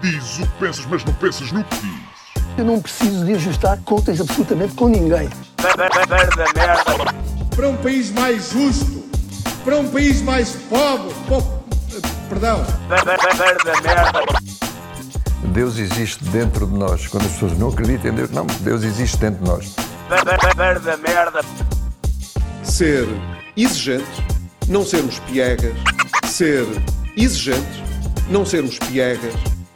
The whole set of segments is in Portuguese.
Dizes o que pensas, mas não pensas no que dizes. Eu não preciso de ajustar contas absolutamente com ninguém. Para um país mais justo, para um país mais pobre, perdão. Deus existe dentro de nós. Quando as pessoas não acreditam em Deus, não, Deus existe dentro de nós. Ser exigente, não sermos piegas. Ser exigente, não sermos piegas.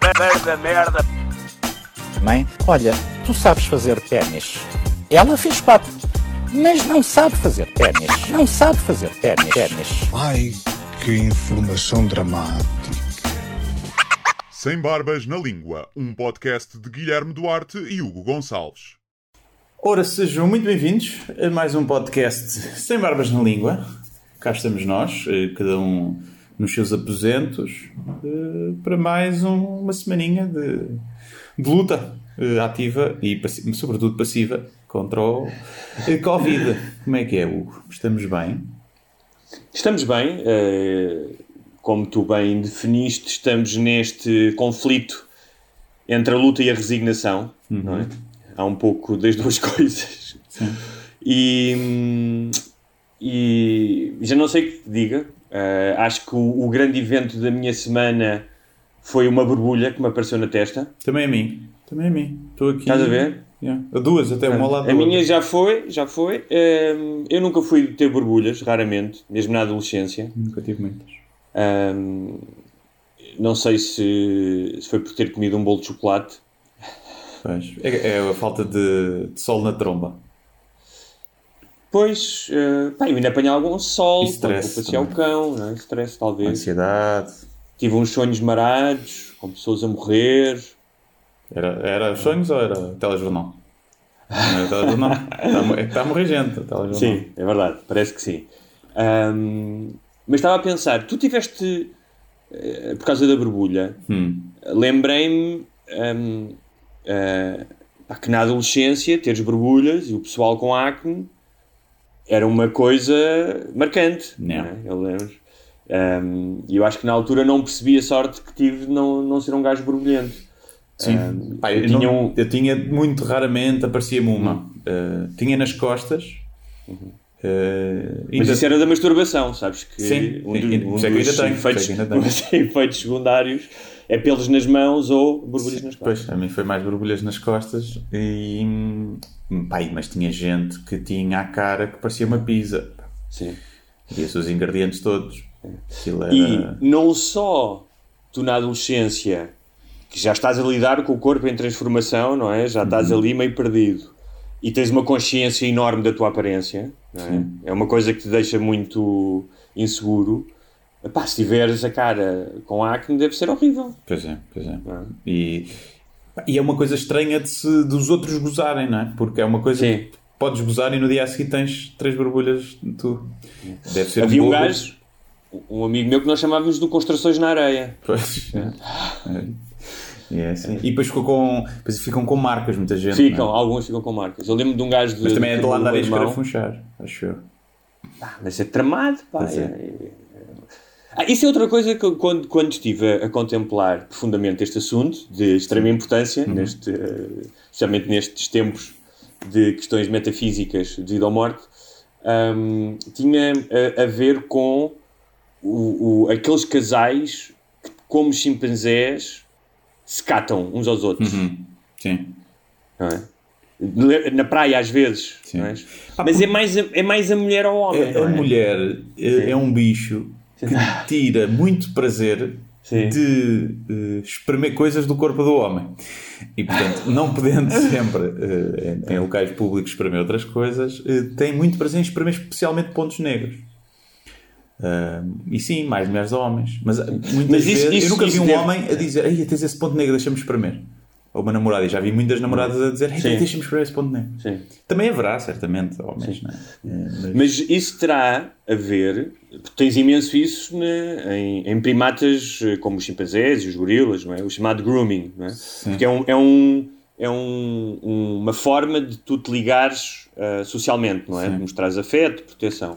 Mãe, olha, tu sabes fazer ténis. Ela fez 4, mas não sabe fazer ténis. Não sabe fazer ténis. Ai, que informação dramática. Sem Barbas na Língua, um podcast de Guilherme Duarte e Hugo Gonçalves. Ora, sejam muito bem-vindos a mais um podcast Sem Barbas na Língua. Cá estamos nós, cada um nos seus aposentos, para mais uma semaninha de luta ativa e, sobretudo, passiva contra o Covid. Como é que é, Hugo? Estamos bem? Estamos bem. Como tu bem definiste, estamos neste conflito entre a luta e a resignação, não é? Há um pouco das duas coisas. Sim. E já não sei o que te diga. Acho que o grande evento da minha semana foi uma borbulha que me apareceu na testa. Também a mim. Estou aqui. Estás a ver? Yeah. Duas, até uma ao lado da outra. A minha outra. já foi. Eu nunca fui ter borbulhas, raramente, mesmo na adolescência. Nunca tive muitas. Não sei se foi por ter comido um bolo de chocolate. Pois. É a falta de sol na tromba. Pois, eu ainda apanhei algum sol, E stress quando vou passear o cão, não é? Stress talvez. Ansiedade. Tive uns sonhos marados, com pessoas a morrer. Era sonhos ou era telejornal? Não era telejornal. Está a morrer gente. Telejornal. Sim, é verdade, parece que sim. Mas estava a pensar, tu tiveste, por causa da borbulha, lembrei-me que na adolescência teres borbulhas e o pessoal com acne era uma coisa marcante. Não é? Eu lembro. E eu acho que na altura não percebi a sorte que tive de não ser um gajo borbulhento. Sim. Eu tinha muito raramente, aparecia-me uma. Tinha nas costas. Mas isso era da masturbação, sabes? Que sim. Um dos efeitos secundários é pelos nas mãos ou borbulhas nas costas. Pois, a mim foi mais borbulhas nas costas mas tinha gente que tinha a cara que parecia uma pizza. Sim. E os seus ingredientes todos. Era... E não só tu na adolescência, que já estás a lidar com o corpo em transformação, não é? Já estás ali meio perdido. E tens uma consciência enorme da tua aparência, não é? É uma coisa que te deixa muito inseguro. Epá, se tiveres a cara com acne, deve ser horrível. Pois é. E é uma coisa estranha dos outros gozarem, não é? Porque é uma coisa que podes gozar e no dia a seguir tens 3 borbulhas de tu. Deve ser Havia um gajo, um amigo meu, que nós chamávamos de constrações na areia. Pois, assim. E depois ficam com marcas, muita gente. Alguns ficam com marcas. Eu lembro de um gajo mas também é de lá andar a escarafunchar, acho eu. Mas é tramado, pá. Isso é outra coisa que quando estive a contemplar profundamente este assunto de extrema importância, especialmente nestes tempos de questões metafísicas de vida ou morte, tinha a ver com aqueles casais que, como chimpanzés, se catam uns aos outros. Sim. Não é? Na praia às vezes. Não é? Mas é mais a mulher ao homem. A mulher é um bicho que tira muito prazer de espremer coisas do corpo do homem. E, portanto, não podendo sempre em locais públicos espremer outras coisas, tem muito prazer em espremer especialmente pontos negros. E sim, mais mulheres do homens. Mas muitas vezes eu nunca vi um homem a dizer: "Ei, tens esse ponto negro, deixa-me espremer." Ou uma namorada, e já vi muitas namoradas a dizer: "Ei, deixa-me espremer esse ponto negro." Sim. Também haverá, certamente, homens, não é? Mas isso terá a ver, porque tens imenso isso em primatas como os chimpanzés e os gorilas, não é? O chamado grooming, não é? Porque é uma forma de tu te ligares socialmente, não é? De mostrares afeto, proteção.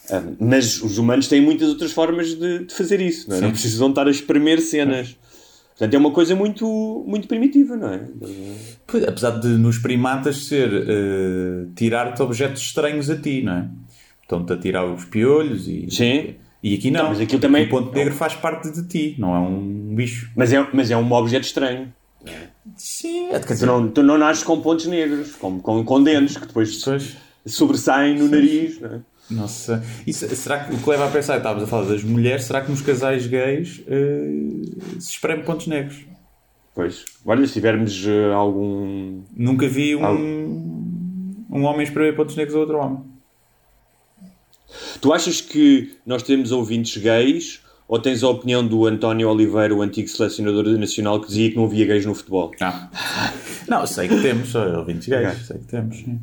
Mas os humanos têm muitas outras formas de fazer isso, não é? Não precisam estar a espremer cenas. Portanto, é uma coisa muito, muito primitiva, não é? Pois, apesar de nos primatas ser tirar-te objetos estranhos a ti, não é? Estão-te a tirar os piolhos e... Sim. E aqui não. Então, mas aquilo também... O ponto negro faz parte de ti, não é um bicho. Mas é um objeto estranho. Sim. Quer dizer... Tu não nasces com pontos negros, com dentes que depois sobressaem no nariz, não é? Nossa, será que o que leva a pensar, estávamos a falar das mulheres, será que nos casais gays se espreme pontos negros? Pois, olha, se tivermos algum... Nunca vi um homem espremer pontos negros a outro homem. Tu achas que nós temos ouvintes gays ou tens a opinião do António Oliveira, o antigo selecionador nacional, que dizia que não havia gays no futebol? Não, sei que temos ouvintes gays, sei que temos. Sim.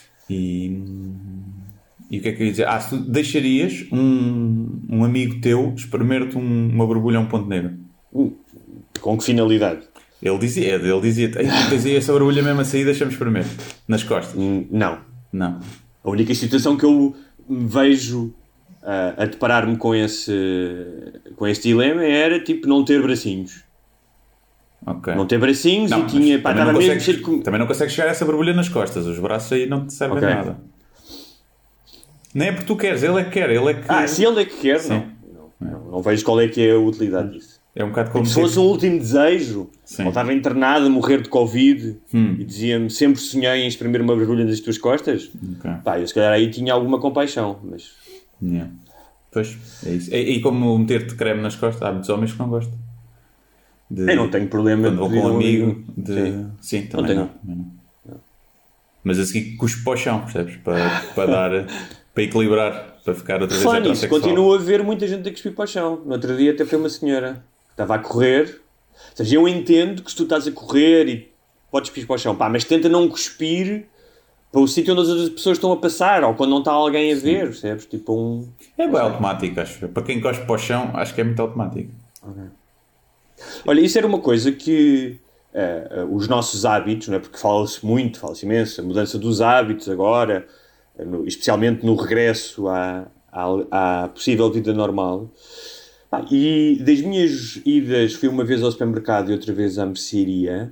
E o que é que eu ia dizer? Se tu deixarias um amigo teu espremer-te uma borbulha a um ponto negro? Com que finalidade? Ele dizia tens aí essa borbulha mesmo a sair, deixa-me espremer. Nas costas? Não. A única situação que eu vejo a deparar-me com esse dilema era tipo não ter bracinhos. Okay. Não ter bracinhos e tinha... Também não consegues chegar a essa borbulha nas costas. Os braços aí não te servem de nada. Nem é porque tu queres, ele é que quer. Se ele é que quer, não vejo qual é que é a utilidade disso. É um bocado como se fosse um último desejo, ele estava internado a morrer de Covid e dizia-me, sempre sonhei em espremer uma borbulha nas tuas costas, eu se calhar aí tinha alguma compaixão, mas... Pois, é isso. E como meter-te creme nas costas, há muitos homens que não gostam. Eu não tenho problema quando vou com um amigo. Sim, também não. Mas a seguir cuspo para o chão, percebes? Para dar... Para equilibrar, para ficar outra vez heterossexual. Continua a ver muita gente a cuspir para o chão. No outro dia até foi uma senhora que estava a correr. Ou seja, eu entendo que se tu estás a correr e podes cuspir para o chão, mas tenta não cuspir para o sítio onde as outras pessoas estão a passar ou quando não está alguém a ver, percebes? Tipo É bem automático, acho. Para quem cospe para o chão, acho que é muito automático. Okay. Olha, isso era uma coisa que os nossos hábitos, não é? Porque fala-se imenso, a mudança dos hábitos agora... especialmente no regresso à possível vida normal. E das minhas idas, fui uma vez ao supermercado e outra vez à mercearia.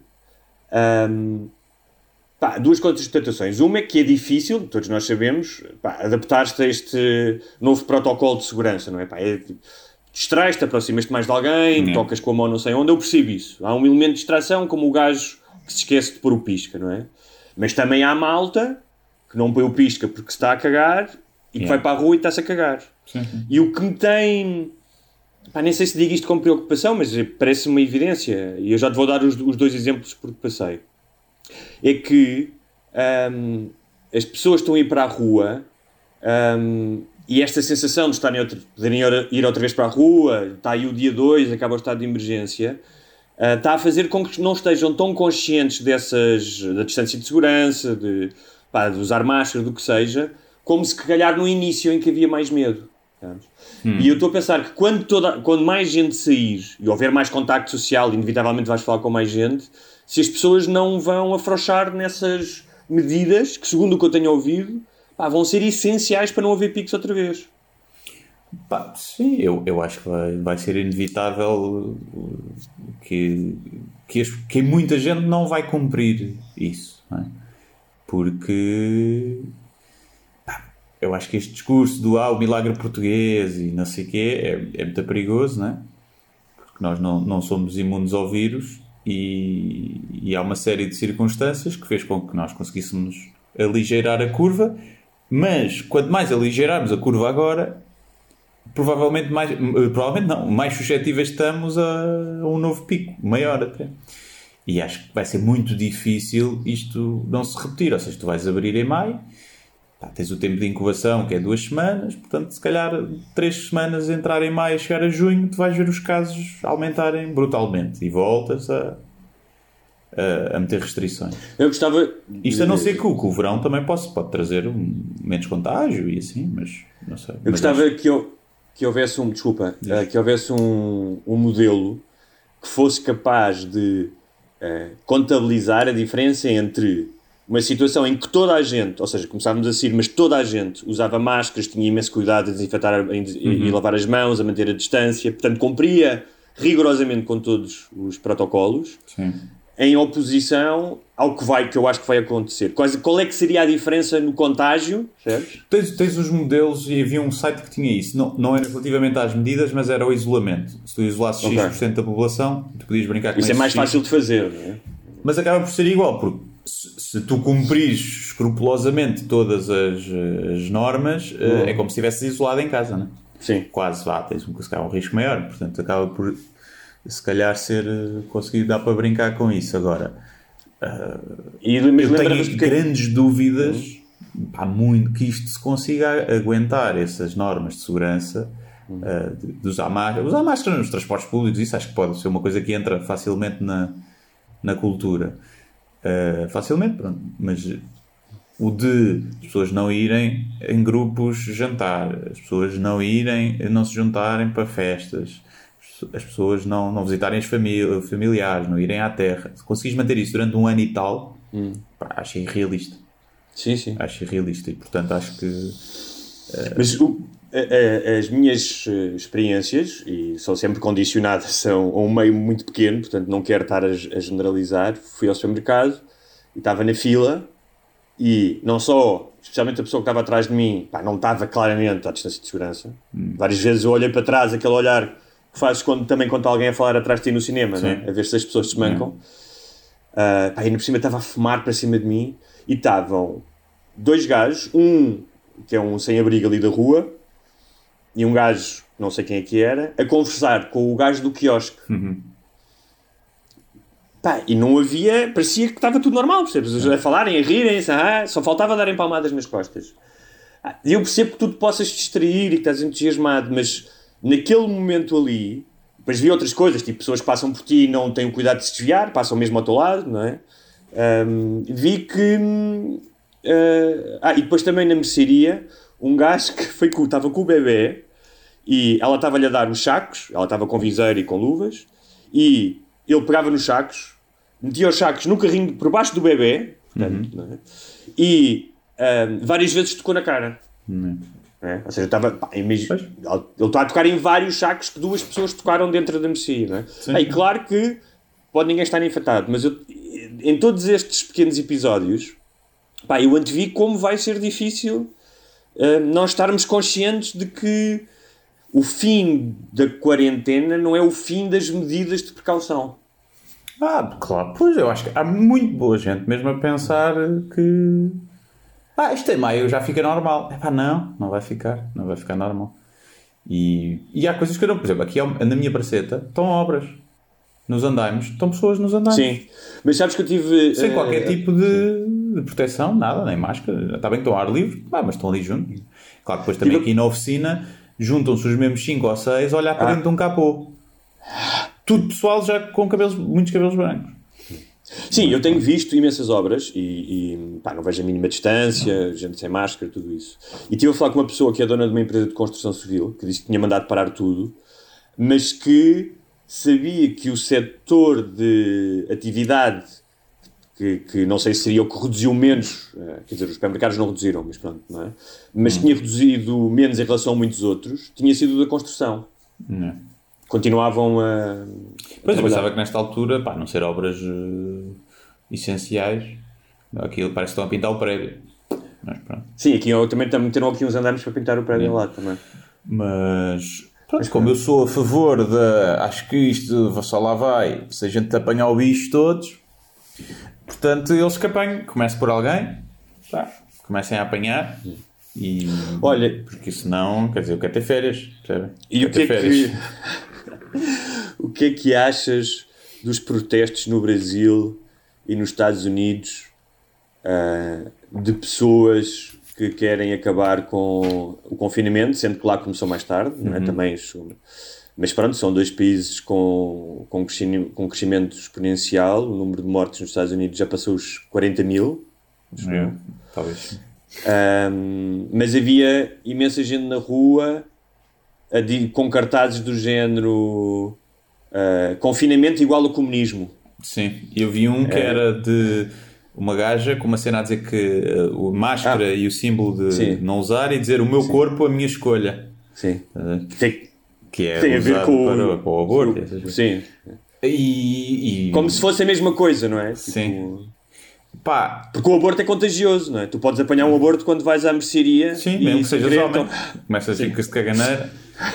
Duas constatações. Uma é que é difícil, todos nós sabemos, adaptar-te a este novo protocolo de segurança, não é? Distrais-te, aproximas-te mais de alguém, tocas com a mão não sei onde, eu percebo isso. Há um elemento de distração, como o gajo que se esquece de pôr o pisca, não é? Mas também há malta que não põe o pisca porque se está a cagar e que vai para a rua e está-se a cagar. Sim. E o que me tem... nem sei se digo isto com preocupação, mas parece uma evidência, e eu já te vou dar os dois exemplos porque passei. É que as pessoas estão a ir para a rua e esta sensação de poderem ir outra vez para a rua, está aí o dia 2, acaba o estado de emergência, está a fazer com que não estejam tão conscientes da distância de segurança, de usar máscara, do que seja, como se calhar no início em que havia mais medo. E eu estou a pensar que quando mais gente sair e houver mais contacto social, inevitavelmente vais falar com mais gente, se as pessoas não vão afrouxar nessas medidas, que segundo o que eu tenho ouvido, vão ser essenciais para não haver picos outra vez. Sim, eu acho que vai ser inevitável que muita gente não vai cumprir isso, não é? Porque eu acho que este discurso do o milagre português e não sei o quê é muito perigoso, não é? Porque nós não somos imunes ao vírus e há uma série de circunstâncias que fez com que nós conseguíssemos aligeirar a curva, mas quanto mais aligeirarmos a curva agora, provavelmente mais suscetíveis estamos a um novo pico, maior até. E acho que vai ser muito difícil isto não se repetir. Ou seja, tu vais abrir em maio, tens o tempo de incubação que é 2 semanas, portanto se calhar 3 semanas entrar em maio, chegar a junho, tu vais ver os casos aumentarem brutalmente e voltas a meter restrições. Eu gostava... Isto a não ser que o verão também pode trazer menos contágio e assim, mas não sei. Eu gostava que houvesse que houvesse um modelo que fosse capaz de contabilizar a diferença entre uma situação em que toda a gente, ou seja, começávamos a sair, mas toda a gente usava máscaras, tinha imenso cuidado a desinfetar e lavar as mãos, a manter a distância, portanto cumpria rigorosamente com todos os protocolos. Sim. Em oposição ao que eu acho que vai acontecer. Qual é que seria a diferença no contágio? Tens os modelos, e havia um site que tinha isso. Não era relativamente às medidas, mas era o isolamento. Se tu isolasses X% da população, tu podias brincar com isso. Isso é mais fácil de fazer, não é? Mas acaba por ser igual, porque se tu cumprires escrupulosamente todas as normas, é como se estivesses isolado em casa, não é? Sim. Quase, tens um risco maior. Portanto, acaba por... se calhar conseguir dar para brincar com isso. Agora, eu tenho grandes dúvidas muito que isto se consiga aguentar essas normas de segurança, de usar máscara nos transportes públicos. Isso acho que pode ser uma coisa que entra facilmente na cultura, facilmente, pronto. Mas o de as pessoas não irem em grupos jantar, as pessoas não se juntarem para festas, as pessoas não visitarem os familiares, não irem à terra. Se conseguires manter isso durante um ano e tal, acho irrealista. Sim. Acho irrealista e, portanto, acho que... Mas as minhas experiências, e são sempre condicionadas a um meio muito pequeno, portanto não quero estar a generalizar, fui ao supermercado e estava na fila e não só, especialmente a pessoa que estava atrás de mim, não estava claramente à distância de segurança. Várias vezes eu olhei para trás, aquele olhar... fazes quando está alguém a falar atrás de ti no cinema, né? A ver se as pessoas se mancam. E ainda por cima estava a fumar para cima de mim e estavam dois gajos, um que é um sem-abrigo ali da rua e um gajo, não sei quem é que era, a conversar com o gajo do quiosque. E não havia, parecia que estava tudo normal, percebes? A falarem, a rirem, só faltava darem palmadas nas costas. E eu percebo que tu te possas distrair e que estás entusiasmado, mas naquele momento ali, depois vi outras coisas, tipo pessoas que passam por ti e não têm o cuidado de se desviar, passam mesmo ao teu lado, não é? Vi que... e depois também na mercearia, um gajo que estava com o bebê e ela estava-lhe a dar os sacos, ela estava com viseiro e com luvas, e ele pegava nos sacos, metia os sacos no carrinho por baixo do bebê, portanto, não é? E várias vezes tocou na cara. Ou seja, ele está a tocar em vários sacos que duas pessoas tocaram dentro da mercearia, não é? E claro que pode ninguém estar infectado, mas em todos estes pequenos episódios, eu antevi como vai ser difícil nós estarmos conscientes de que o fim da quarentena não é o fim das medidas de precaução. Claro, pois eu acho que há muito boa gente mesmo a pensar que isto em maio já fica normal. Não vai ficar normal. E há coisas que eu não... Por exemplo, aqui na minha praceta estão obras nos andaimes, estão pessoas nos andaimes. Sim, mas sabes que eu tive... Sem qualquer tipo de proteção, nada, nem máscara. Está bem que estão ao ar livre, mas estão ali juntos. Claro que depois também aqui na oficina juntam-se os mesmos 5 ou 6 a olhar para dentro de um capô. Tudo pessoal já com muitos cabelos brancos. Sim, eu tenho visto imensas obras e não vejo a mínima distância, gente sem máscara, tudo isso. E estive a falar com uma pessoa que é dona de uma empresa de construção civil, que disse que tinha mandado parar tudo, mas que sabia que o setor de atividade, que não sei se seria o que reduziu menos, quer dizer, os supermercados não reduziram, mas pronto, não é? Mas tinha reduzido menos em relação a muitos outros, tinha sido da construção. Não. Continuavam a... Pois, eu pensava que nesta altura, não ser obras essenciais, aquilo parece que estão a pintar o prédio. Mas pronto. Sim, aqui também meteram aqui uns andames para pintar o prédio lá também. Mas como eu sou a favor acho que isto só lá vai se a gente apanhar o bicho todos, portanto eles que apanhem, comecem por alguém, comecem a apanhar. E, olha, porque senão, quer dizer, eu quero ter férias, percebe? E o que é que achas dos protestos no Brasil e nos Estados Unidos de pessoas que querem acabar com o confinamento, sendo que lá começou mais tarde, não é? Também, mas pronto, são dois países com crescimento exponencial. O número de mortes nos Estados Unidos já passou os 40 mil. Talvez. Mas havia imensa gente na rua com cartazes do género confinamento igual ao comunismo. Sim, eu vi um que era de uma gaja com uma cena a dizer que a máscara e o símbolo de não usar e dizer o meu corpo, a minha escolha. Sim. que é tem a ver com o aborto. Sim. Como se fosse a mesma coisa, não é? Sim. Pá. Porque o aborto é contagioso, não é? Tu podes apanhar um aborto quando vais à mercearia. Sim, mesmo que sejas homem. Começas a ficar de caganeira.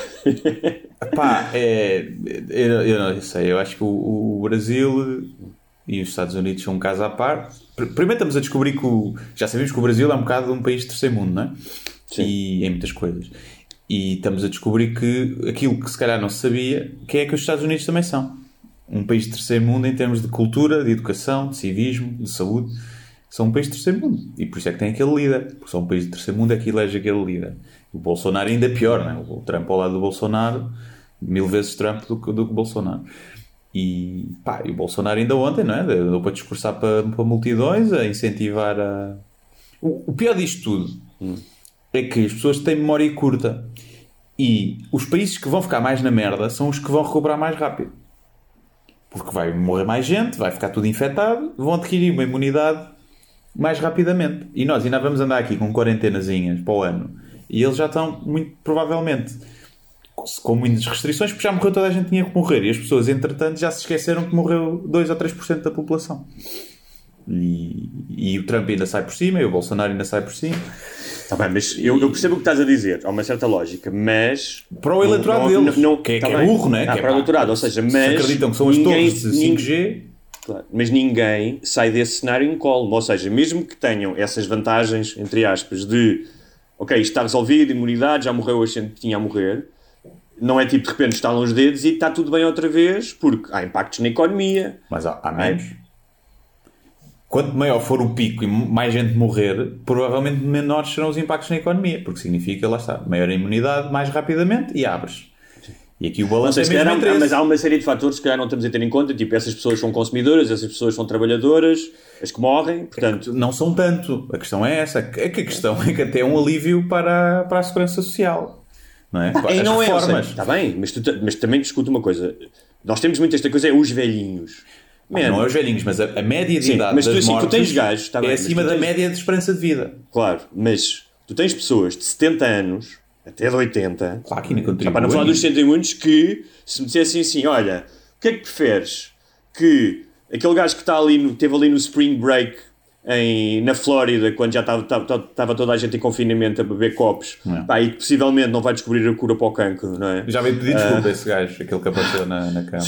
Pá, eu não sei. Eu acho que o Brasil e os Estados Unidos são um caso à parte. Primeiro estamos a descobrir que já sabemos que o Brasil é um bocado um país de terceiro mundo, não é? Sim. E em muitas coisas. E estamos a descobrir que aquilo que se calhar não se sabia, que é que os Estados Unidos também são um país de terceiro mundo em termos de cultura, de educação, de civismo, de saúde. São um país de terceiro mundo. E por isso é que tem aquele líder. Porque só um país de terceiro mundo é que elege aquele líder. O Bolsonaro ainda é pior, não é? O Trump ao lado do Bolsonaro, 1000 vezes Trump do que Bolsonaro. E o Bolsonaro ainda ontem, não é? Deu para discursar para multidões, a incentivar a... O pior disto tudo é que as pessoas têm memória curta. E os países que vão ficar mais na merda são os que vão recuperar mais rápido. Porque vai morrer mais gente, vai ficar tudo infectado, vão adquirir uma imunidade mais rapidamente. E nós ainda vamos andar aqui com quarentenazinhas para o ano. E eles já estão, muito provavelmente, com muitas restrições, porque já morreu toda a gente que tinha que morrer. E as pessoas, entretanto, já se esqueceram que morreu 2 ou 3% da população. E o Trump ainda sai por cima, e o Bolsonaro ainda sai por cima. Tá bem, mas eu percebo o que estás a dizer, há uma certa lógica, mas... Para o eleitorado deles, que é burro, não é? Para o eleitorado, ou seja, mas... Se acreditam que são as torres de 5G... Claro, mas ninguém sai desse cenário incólume, ou seja, mesmo que tenham essas vantagens, entre aspas, de... Ok, isto está resolvido, imunidade, já morreu a gente que tinha a morrer. Não é tipo, de repente, estalam os dedos e está tudo bem outra vez, porque há impactos na economia. Mas há menos. Quanto maior for o pico e mais gente morrer, provavelmente menores serão os impactos na economia, porque significa, lá está, maior imunidade, mais rapidamente e abres. E aqui o balanço é mesmo interesse. Mas há uma série de fatores que se calhar não estamos a ter em conta, tipo, essas pessoas são consumidoras, essas pessoas são trabalhadoras, as que morrem, portanto... Não são tanto. A questão é essa. É que a questão é que até é um alívio para a segurança social. Não é? As não reformas. Está bem, mas também discuto uma coisa. Nós temos muito esta coisa, é os velhinhos. Não é os velhinhos, mas a média de idade das mortes tu tens gajos, tá bem, acima da média de esperança de vida. Claro, mas tu tens pessoas de 70 anos até de 80, claro que ainda contribui. Para não falar dos 60 e muitos, que se me dissessem assim, olha, o que é que preferes? Que aquele gajo que esteve ali no Spring Break na Flórida, quando já estava toda a gente em confinamento a beber copos, e que possivelmente não vai descobrir a cura para o cancro, não é? Já veio pedir desculpa a esse gajo, aquele que apareceu na cama.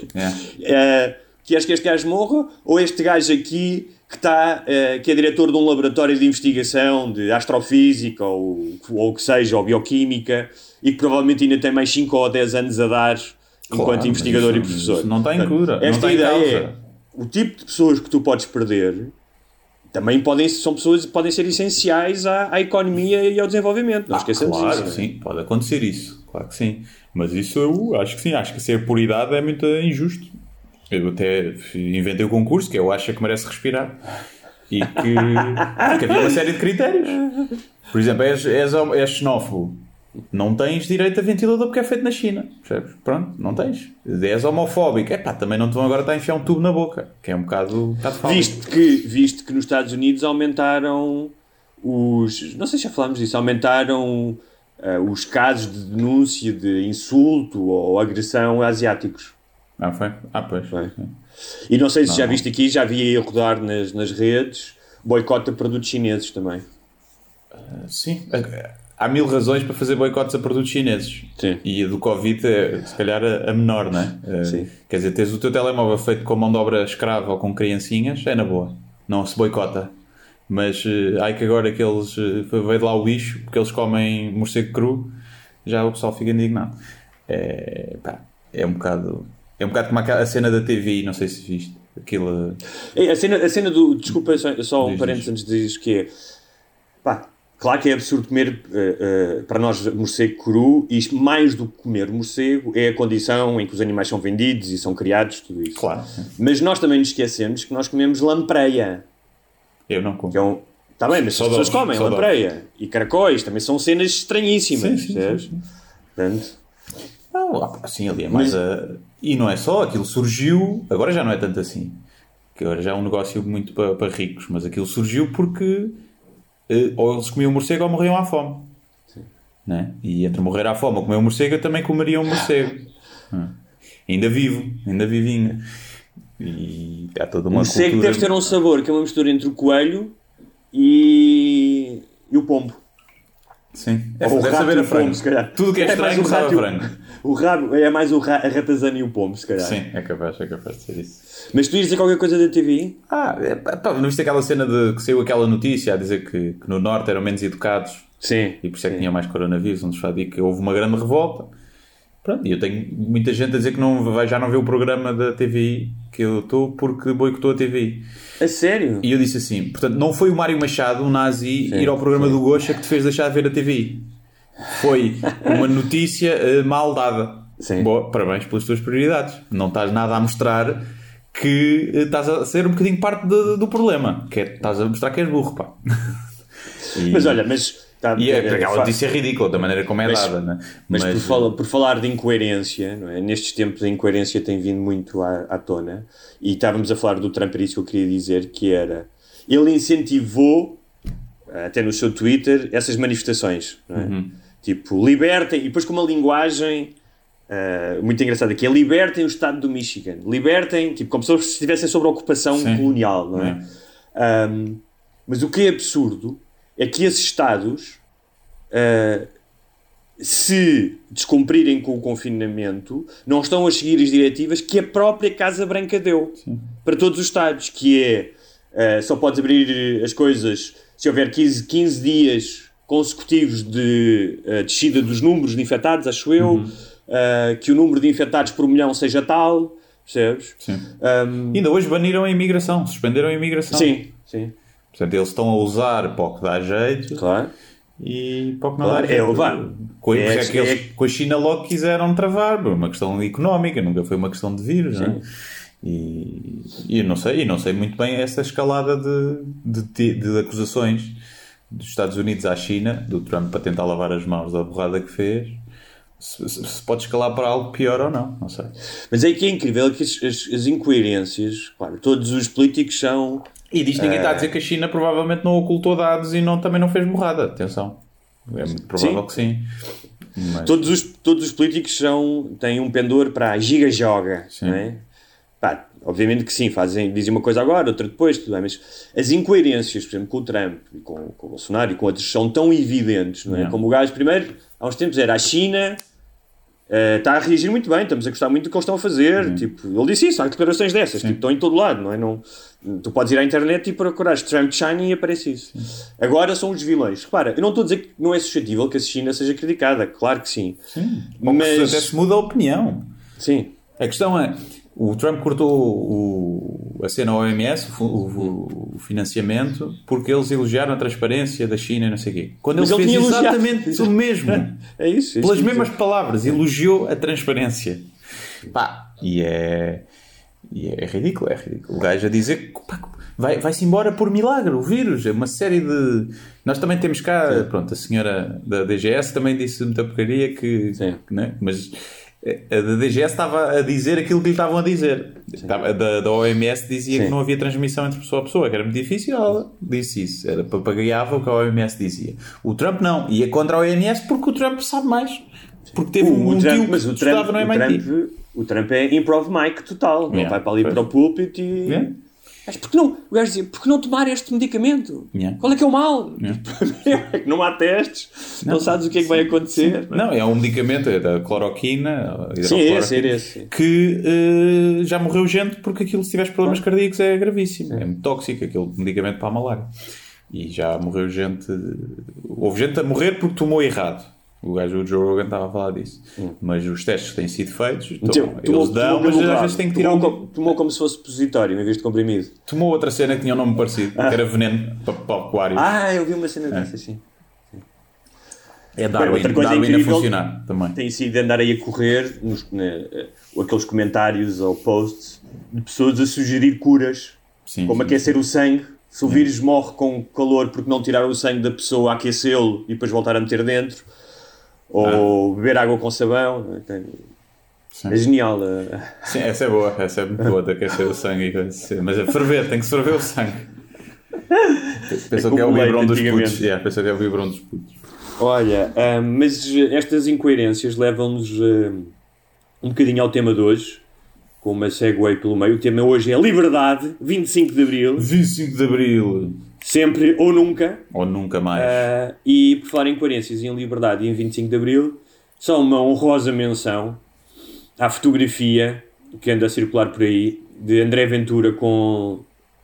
Que acho que este gajo morra, ou este gajo aqui que é diretor de um laboratório de investigação de astrofísica ou o que seja, ou bioquímica, e que provavelmente ainda tem mais 5 ou 10 anos a dar enquanto investigador e professor. Não está em cura. Esta ideia é o tipo de pessoas que tu podes perder também podem ser essenciais à economia e ao desenvolvimento. Não esqueçamos claro, isso. Claro, sim, pode acontecer isso. Claro que sim. Mas isso eu acho que sim. Acho que ser por idade é muito injusto. Eu até inventei o concurso, que eu acho que merece respirar. E que havia uma série de critérios. Por exemplo, és xenófobo. Não tens direito a ventilador porque é feito na China. Percebes? Pronto, não tens. És homofóbico. Também não te vão agora estar a enfiar um tubo na boca. Que é um bocado falso. Visto que nos Estados Unidos aumentaram não sei se já falámos disso. Aumentaram os casos de denúncia de insulto ou agressão a asiáticos. Foi? Pois. Foi. E não sei se já viste aqui, já vi aí a rodar nas redes, boicote a produtos chineses também. Sim. Há 1000 razões para fazer boicotes a produtos chineses. Sim. E a do Covid é, se calhar, a menor, não é? Sim. Quer dizer, teres o teu telemóvel feito com mão de obra escrava ou com criancinhas, é na boa. Não se boicota. Mas ai que agora que eles veio de lá o bicho, porque eles comem morcego cru, já o pessoal fica indignado. É um bocado como a cena da TV, não sei se viste. Aquilo... A cena do... Desculpa, só um parênteses antes de dizer que é... Claro que é absurdo comer, para nós, morcego cru, e mais do que comer morcego é a condição em que os animais são vendidos e são criados, tudo isso. Claro. Mas nós também nos esquecemos que nós comemos lampreia. Eu não como. Está bem, mas as pessoas comem lampreia. E caracóis, também são cenas estranhíssimas. Sim. Portanto... Assim, ali é mais E não é só, aquilo surgiu... Agora já não é tanto assim. Que agora já é um negócio muito para ricos. Mas aquilo surgiu porque ou eles comiam morcego ou morriam à fome. Sim. né? E entre morrer à fome ou comer um morcego, eu também comeria um morcego. Ainda vivinho. E há toda uma morcego cultura... deve ter um sabor que é uma mistura entre o coelho e o pombo. Sim, deve saber a frango, se calhar. Tudo que é estranho sabe a frango. O rabo é mais a ratazana e o pombo, se calhar. Sim, é capaz de ser isso. Mas tu ias dizer qualquer coisa da TVI? Não viste aquela cena de que saiu aquela notícia a dizer que no Norte eram menos educados? Sim. E por isso é que tinha mais coronavírus, onde se que houve uma grande revolta. Pronto, e eu tenho muita gente a dizer que já não vê o programa da TVI que eu estou porque boicotou a TVI. A sério? E eu disse assim, portanto, não foi o Mário Machado, um nazi, ir ao programa do Gocha que te fez deixar de ver a TVI. Foi uma notícia mal dada. Sim. Boa, parabéns pelas tuas prioridades. Não estás nada a mostrar que estás a ser um bocadinho parte do problema. Que estás a mostrar que és burro, pá. Mas olha, aquela notícia é ridícula da maneira como é dada, né? Mas por falar de incoerência, não é? Nestes tempos a incoerência tem vindo muito à tona, e estávamos a falar do Trump, era isso que eu queria dizer, que era, ele incentivou até no seu Twitter essas manifestações, não é? Tipo, libertem, e depois com uma linguagem muito engraçada, que é libertem o estado do Michigan, libertem, tipo, como se estivessem sob a ocupação colonial, não é? Mas o que é absurdo é que esses estados, se descumprirem com o confinamento, não estão a seguir as diretivas que a própria Casa Branca deu para todos os estados, que é, só podes abrir as coisas se houver 15 dias consecutivos de descida dos números de infectados, acho eu, que o número de infectados por milhão seja tal, percebes? Sim. Ainda hoje baniram a imigração, suspenderam a imigração. Sim. Portanto, eles estão a usar para o que dá jeito, claro, e para o que não dá jeito. Com a China logo quiseram travar, uma questão económica, nunca foi uma questão de vírus, não é? E eu não sei muito bem essa escalada de acusações dos Estados Unidos à China, do Trump para tentar lavar as mãos da borrada que fez, se pode escalar para algo pior ou não sei. Mas é que é incrível que as incoerências, claro, todos os políticos são... E diz ninguém está a dizer que a China provavelmente não ocultou dados e também não fez borrada. Atenção. É muito provável que sim. Mas... Todos os políticos têm um pendor para a giga-joga. Não é? Pá, obviamente que sim, dizem uma coisa agora, outra depois, tudo bem, mas as incoerências, por exemplo, com o Trump, e com o Bolsonaro e com outros, são tão evidentes. Não é? Como o gajo, primeiro, há uns tempos era a China... está a reagir muito bem, estamos a gostar muito do que eles estão a fazer. Tipo, ele disse isso, há declarações dessas, tipo, estão em todo lado, não é? Tu podes ir à internet e procurar Trump China e aparece isso. Agora são os vilões. Repara, eu não estou a dizer que não é suscetível que a China seja criticada, claro que sim. Mas até se muda a opinião. Sim. A questão é, o Trump cortou a cena OMS, o financiamento, porque eles elogiaram a transparência da China e não sei o quê. Quando ele fez exatamente o mesmo. É isso. Pelas mesmas palavras, elogiou a transparência. Pá, e é ridículo, O gajo a dizer que vai-se embora por milagre, o vírus. É uma série de... Nós também temos cá, pronto, a senhora da DGS também disse muita porcaria né? Mas... A da DGS estava a dizer aquilo que lhe estavam a dizer. Da OMS dizia que não havia transmissão entre pessoa a pessoa, que era muito difícil. Ela disse isso, era papagaiava o que a OMS dizia. O Trump não, ia contra a OMS porque o Trump sabe mais. Porque teve um tio que estudava no MIT. O Trump é improv mic total. Ele vai para ali para o púlpito e... Mas porquê não? O gajo dizia, porquê não tomar este medicamento? Qual é que é o mal? É que não há testes, não sabes o que é que vai acontecer. Não, é um medicamento, é da cloroquina, esse. Que já morreu gente porque aquilo, se tiveres problemas cardíacos, é gravíssimo. É muito tóxico, aquele medicamento para a malária. E já morreu gente... Houve gente a morrer porque tomou errado. O gajo, o Joe Rogan, estava a falar disso. Mas os testes têm sido feitos, eles dão, mas às vezes tem que tirar... Tomou como se fosse supositório, em vez de comprimido. Tomou outra cena que tinha um nome parecido, que era veneno para aquários. Eu vi uma cena dessa, sim. É Darwin a funcionar também. Tem sido andar aí a correr, aqueles comentários ou posts, de pessoas a sugerir curas, como aquecer o sangue. Se o vírus morre com calor porque não tiraram o sangue da pessoa, aquecê-lo e depois voltar a meter dentro. Ou beber água com sabão. É genial. Sim, essa é boa. Essa é muito boa de aquecer o sangue. Mas é ferver, tem que se ferver o sangue. Pensou que é o biberon dos putos. Pensou que é o biberon dos putos. Olha, mas estas incoerências levam-nos um bocadinho ao tema de hoje, com uma segue pelo meio. O tema hoje é liberdade, 25 de Abril. 25 de Abril. Sempre ou nunca. Ou nunca mais. E por falar em incoerências e em liberdade e em 25 de Abril, só uma honrosa menção à fotografia que anda a circular por aí, de André Ventura com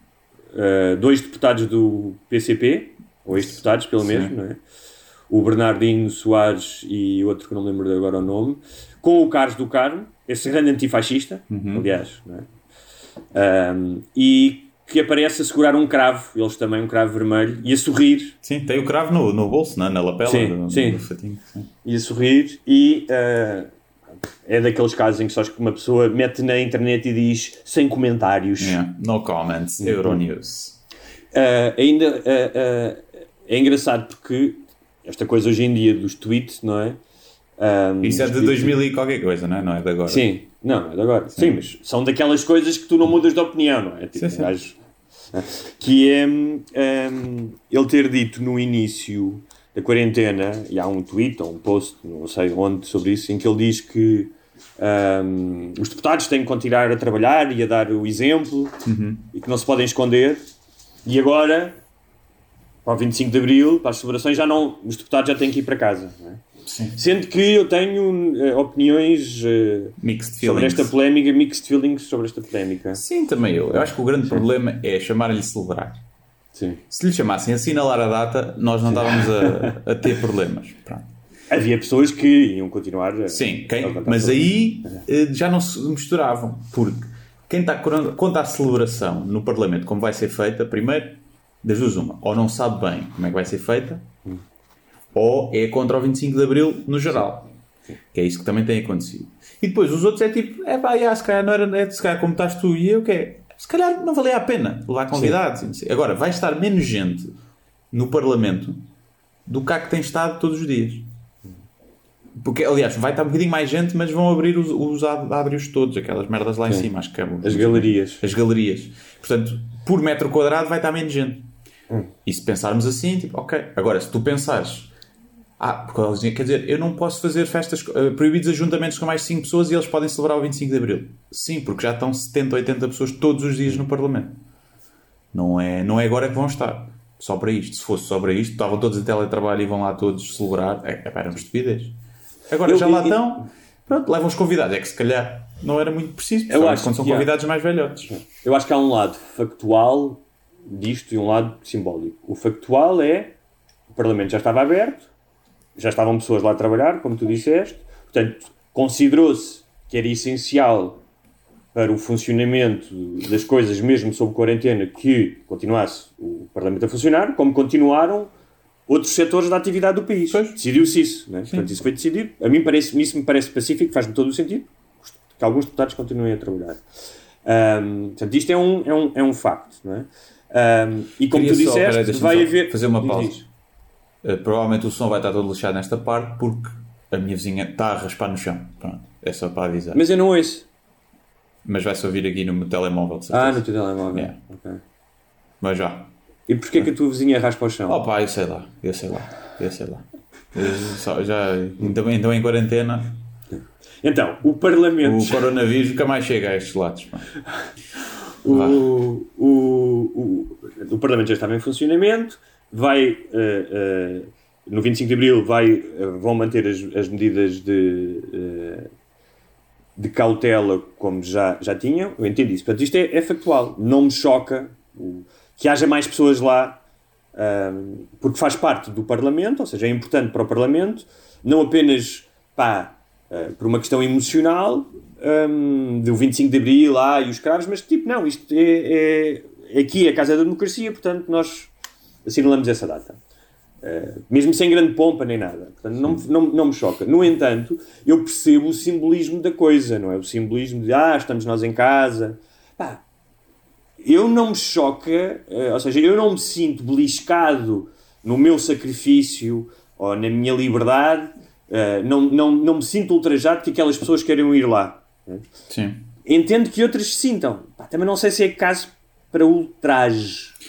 2 deputados do PCP, ou ex-deputados pelo menos, não é? O Bernardino Soares e outro que não me lembro agora o nome, com o Carlos do Carmo, esse grande antifascista, aliás, não é? E que aparece a segurar um cravo, eles também um cravo vermelho, e a sorrir. Sim, tem o cravo no bolso, não é? Na lapela sim. do fatinho. Sim. E a sorrir, e é daqueles casos em que só que uma pessoa mete na internet e diz sem comentários. Yeah. No comments, Euronews. Ainda é engraçado porque esta coisa hoje em dia dos tweets, não é? Isso é de 2000 e qualquer coisa, não é? Não é de agora. Sim, não é de agora. Sim, mas são daquelas coisas que tu não mudas de opinião, não é? Tipo, sim. Que é ele ter dito no início da quarentena, e há um tweet ou um post, não sei onde, sobre isso, em que ele diz que os deputados têm que continuar a trabalhar e a dar o exemplo e que não se podem esconder. E agora, para o 25 de Abril, para as celebrações, os deputados já têm que ir para casa, não é? Sim. Sendo que eu tenho opiniões sobre esta polémica, mixed feelings sobre esta polémica. Sim, também eu. Eu acho que o grande problema é chamar-lhe celebrar. Sim. Se lhe chamassem assinalar a data, nós não estávamos a ter problemas. Pronto. Havia pessoas que iam continuar Sim, mas aí já não se misturavam, porque quem está contra a celebração no Parlamento, como vai ser feita, primeiro, das duas uma, ou não sabe bem como é que vai ser feita, ou é contra o 25 de Abril no geral. Sim. Que é isso que também tem acontecido. E depois os outros é tipo, se calhar não era, se calhar como estás tu e eu, que é, se calhar não valia a pena levar convidados. Agora, vai estar menos gente no Parlamento do que há que tem estado todos os dias. Porque, aliás, vai estar um bocadinho mais gente, mas vão abrir os átrios todos, aquelas merdas lá em cima, acho que é as galerias. As galerias. Portanto, por metro quadrado vai estar menos gente. E se pensarmos assim, tipo, ok. Agora, se tu pensares, quer dizer, eu não posso fazer festas, proibidos ajuntamentos com mais de 5 pessoas e eles podem celebrar o 25 de Abril. Sim, porque já estão 70, 80 pessoas todos os dias no Parlamento. Não é agora que vão estar. Só para isto. Se fosse só para isto, estavam todos em teletrabalho e vão lá todos celebrar. Era uma estupidez. Agora já lá estão, pronto, levam os convidados. É que se calhar não era muito preciso, quando são convidados mais velhotes. Eu acho que há um lado factual disto e um lado simbólico. O factual é, o Parlamento já estava aberto, já estavam pessoas lá a trabalhar, como tu disseste, portanto, considerou-se que era essencial para o funcionamento das coisas, mesmo sob quarentena, que continuasse o Parlamento a funcionar, como continuaram outros setores da atividade do país. Decidiu-se isso, não é? Portanto, isso foi decidido. A mim isso me parece pacífico, faz-me todo o sentido que alguns deputados continuem a trabalhar. Portanto, isto é um facto, não é? E como tu disseste, vai haver... Fazer uma pausa. Provavelmente o som vai estar todo lixado nesta parte porque a minha vizinha está a raspar no chão. Pronto, é só para avisar. Mas eu não ouço. Mas vai-se ouvir aqui no meu telemóvel, de certeza. No teu telemóvel. Yeah. Okay. Mas já. E porquê que a tua vizinha raspa o chão? Eu sei lá. Então em quarentena. Então, o Parlamento... O coronavírus nunca mais chega a estes lados. O Parlamento já estava em funcionamento, no 25 de Abril vão manter as medidas de cautela como já tinham. Eu entendo isso. Portanto, isto é factual. Não me choca que haja mais pessoas lá, porque faz parte do Parlamento, ou seja, é importante para o Parlamento, não apenas por uma questão emocional do 25 de Abril e os cravos, mas tipo, não, isto aqui é a Casa da Democracia, portanto nós assinalamos essa data. Mesmo sem grande pompa nem nada. Portanto, não me choca. No entanto, eu percebo o simbolismo da coisa, não é? O simbolismo de, estamos nós em casa. Eu não me choca, ou seja, eu não me sinto beliscado no meu sacrifício ou na minha liberdade, não me sinto ultrajado que aquelas pessoas queiram ir lá. Sim. Entendo que outras se sintam. Também não sei se é caso para ultraje.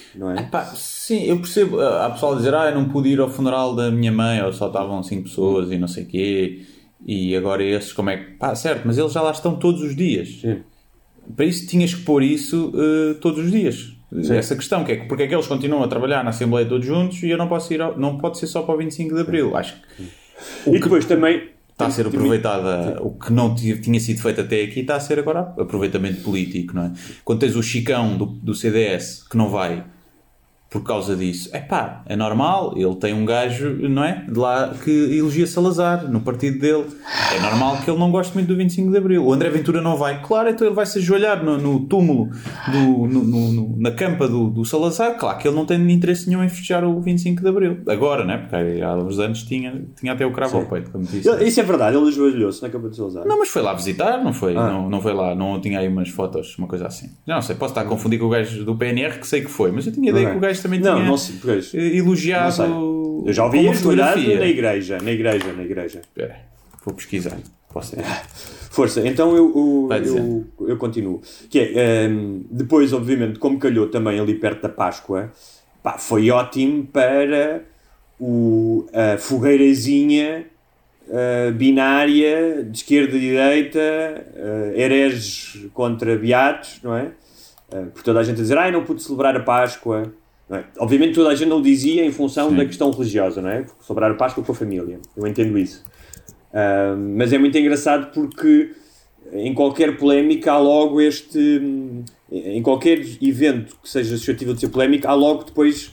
não é? Sim, eu percebo. Há pessoal a dizer, eu não pude ir ao funeral da minha mãe, ou só estavam 5 pessoas e não sei o quê, e agora esses, como é que... certo, mas eles já lá estão todos os dias. Sim. Para isso tinhas que pôr isso todos os dias. Sim. Essa questão, que é porque é que eles continuam a trabalhar na Assembleia todos juntos e eu não posso ir não pode ser só para o 25 de Abril. Acho que... E depois também... Está a ser aproveitada, o que não tinha sido feito até aqui está a ser agora aproveitamento político, não é? Quando tens o Chicão do CDS que não vai por causa disso, é normal, ele tem um gajo, não é? De lá que elogia Salazar no partido dele, é normal que ele não goste muito do 25 de Abril. O André Ventura não vai, claro, então ele vai se ajoelhar no túmulo, na campa do Salazar, claro que ele não tem interesse nenhum em festejar o 25 de Abril, agora, não é? Porque há uns anos tinha até o cravo ao peito, como disse. Isso é verdade, ele ajoelhou-se na campa do Salazar. Não, mas foi lá visitar, não foi? Não foi lá, não tinha aí umas fotos, uma coisa assim. Já não sei, posso estar a confundir com o gajo do PNR, que sei que foi, mas eu tinha ideia que o gajo também tinha elogiado. Eu já ouvi ajoelhado na igreja. Espera, vou pesquisar. Posso dizer. Força, então eu continuo. Que é, depois, obviamente, como calhou também ali perto da Páscoa, foi ótimo para a fogueirazinha binária de esquerda e direita, hereges contra beatos, não é? Por toda a gente a dizer, não pude celebrar a Páscoa. Não é? Obviamente toda a gente não dizia em função da questão religiosa, não é? Celebrar a Páscoa com a família. Eu entendo isso. Mas é muito engraçado porque em qualquer polémica há logo em qualquer evento que seja suscetível de ser polémico, há logo depois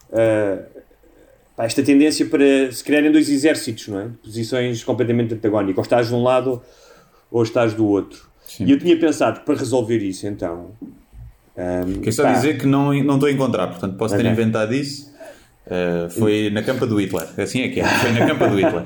esta tendência para se criarem dois exércitos, não é? Posições completamente antagónicas. Ou estás de um lado ou estás do outro. Sim. E eu tinha pensado para resolver isso, então... Quer só dizer que não estou a encontrar, portanto posso ter inventado isso. Foi na campa do Hitler, assim é que é, foi na campa do Hitler.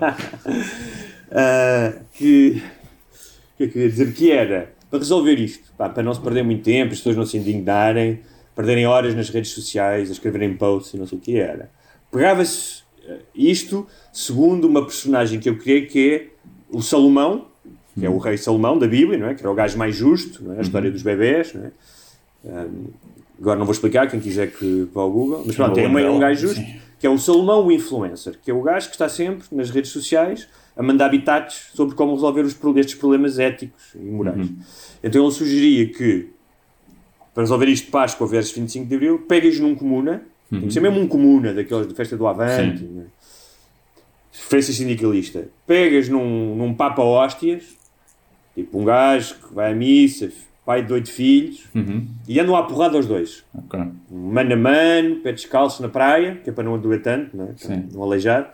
Que eu queria dizer que era para resolver isto, para não se perder muito tempo, as pessoas não se indignarem, perderem horas nas redes sociais, a escreverem posts e não sei o que era. Pegava-se isto segundo uma personagem que eu criei, que é o Salomão, que é o rei Salomão da Bíblia, não é? Que era o gajo mais justo, não é? A história dos bebés, não é? Agora não vou explicar, quem quiser que vá ao Google, mas pronto, é um gajo justo, que é o Salomão, o influencer, que é o gajo que está sempre nas redes sociais a mandar habitados sobre como resolver estes problemas éticos e morais. Então ele sugeria que, para resolver isto de Páscoa versus 25 de Abril, pegas num comuna, tem que ser mesmo um comuna, daqueles de festa do Avante, né? Referência sindicalista, pegas num Papa Hóstias, tipo um gajo que vai à missa, pai de 8 filhos, e andam à porrada aos dois. Okay. Mano a mano, pé descalço na praia, que é para não doer tanto, não é? Não aleijar.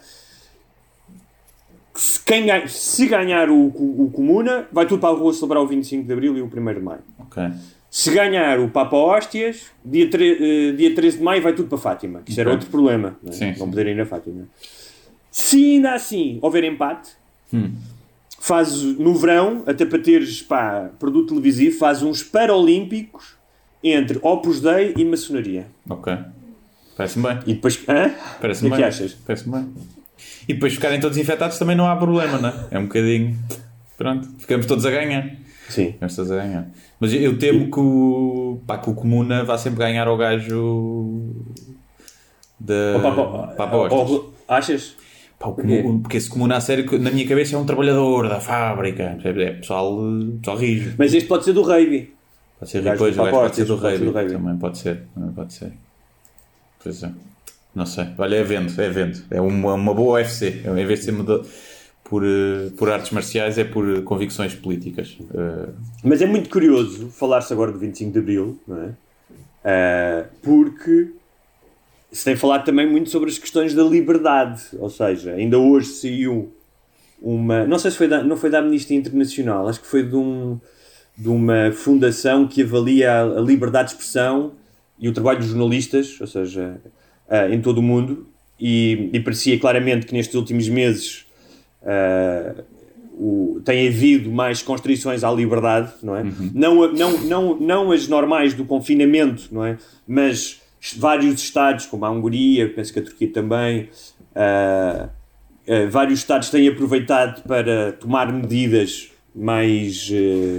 Se ganhar o Comuna, vai tudo para a rua celebrar o 25 de Abril e o 1º de Maio. Okay. Se ganhar o Papa Hóstias, dia 13 de Maio vai tudo para Fátima, que isso era outro problema, não poderem ir a Fátima. Se ainda assim houver empate, faz no verão, até para teres produto televisivo, faz uns Paralímpicos entre Opus Dei e maçonaria. Ok. Parece-me bem. E depois... Parece-me bem. O que achas? Parece-me bem. E depois ficarem todos infectados também não há problema, não é? É um bocadinho... Pronto, ficamos todos a ganhar. Sim. Ficamos todos a ganhar. Mas eu temo que o Comuna vá sempre ganhar ao gajo da Papa Hóstias. Achas? Porque esse Comuna a sério, na minha cabeça, é um trabalhor da fábrica. É pessoal rijo. Mas este pode ser do Reiby. Pode ser depois, pode ser do Reiby. Também pode ser. Pois é. Não sei. Olha, é vendo. É uma boa UFC. Em vez de ser por artes marciais, é por convicções políticas. Mas é muito curioso falar-se agora do 25 de Abril, não é? Porque se tem falado também muito sobre as questões da liberdade. Ou seja, ainda hoje saiu uma... Não sei se não foi da Amnistia Internacional, acho que foi de uma fundação que avalia a liberdade de expressão e o trabalho dos jornalistas, ou seja, em todo o mundo, e parecia claramente que nestes últimos meses tem havido mais constrições à liberdade, não é? Não as normais do confinamento, não é? Mas vários Estados, como a Hungria, penso que a Turquia também, vários Estados têm aproveitado para tomar medidas mais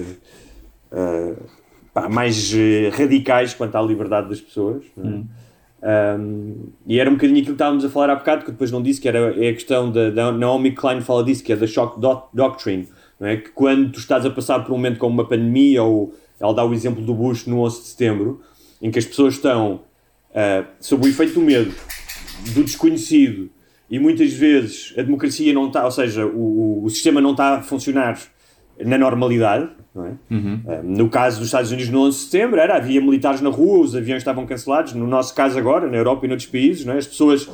radicais quanto à liberdade das pessoas, não é? E era um bocadinho aquilo que estávamos a falar há bocado, que depois não disse, que é a questão da Naomi Klein fala disso, que é da Shock Doctrine, não é? Que quando tu estás a passar por um momento como uma pandemia, ou ela dá o exemplo do Bush no 11 de setembro, em que as pessoas estão sob o efeito do medo, do desconhecido, e muitas vezes a democracia não está, ou seja, o sistema não está a funcionar na normalidade, não é? No caso dos Estados Unidos no 11 de setembro, havia militares na rua, os aviões estavam cancelados. No nosso caso agora, na Europa e noutros países, não é? As pessoas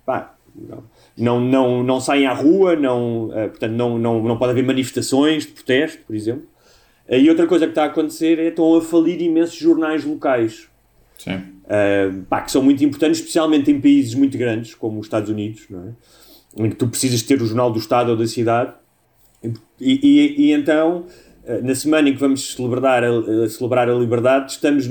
não saem à rua, portanto não pode haver manifestações de protesto, por exemplo. E outra coisa que está a acontecer é que estão a falir imensos jornais locais. Sim. Que são muito importantes, especialmente em países muito grandes, como os Estados Unidos, não é? Em que tu precisas ter o jornal do Estado ou da cidade. E então, na semana em que vamos celebrar a liberdade, estamos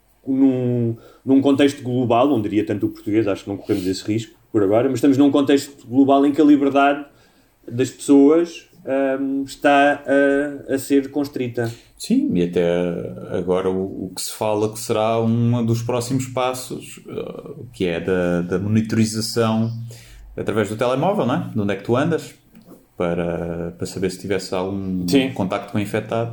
num contexto global, não diria tanto o português, acho que não corremos esse risco por agora, mas estamos num contexto global em que a liberdade das pessoas está a ser constrita. Sim, e até agora o que se fala que será um dos próximos passos, que é da monitorização através do telemóvel, não é? De onde é que tu andas, para saber se tivesse algum contacto com o infectado,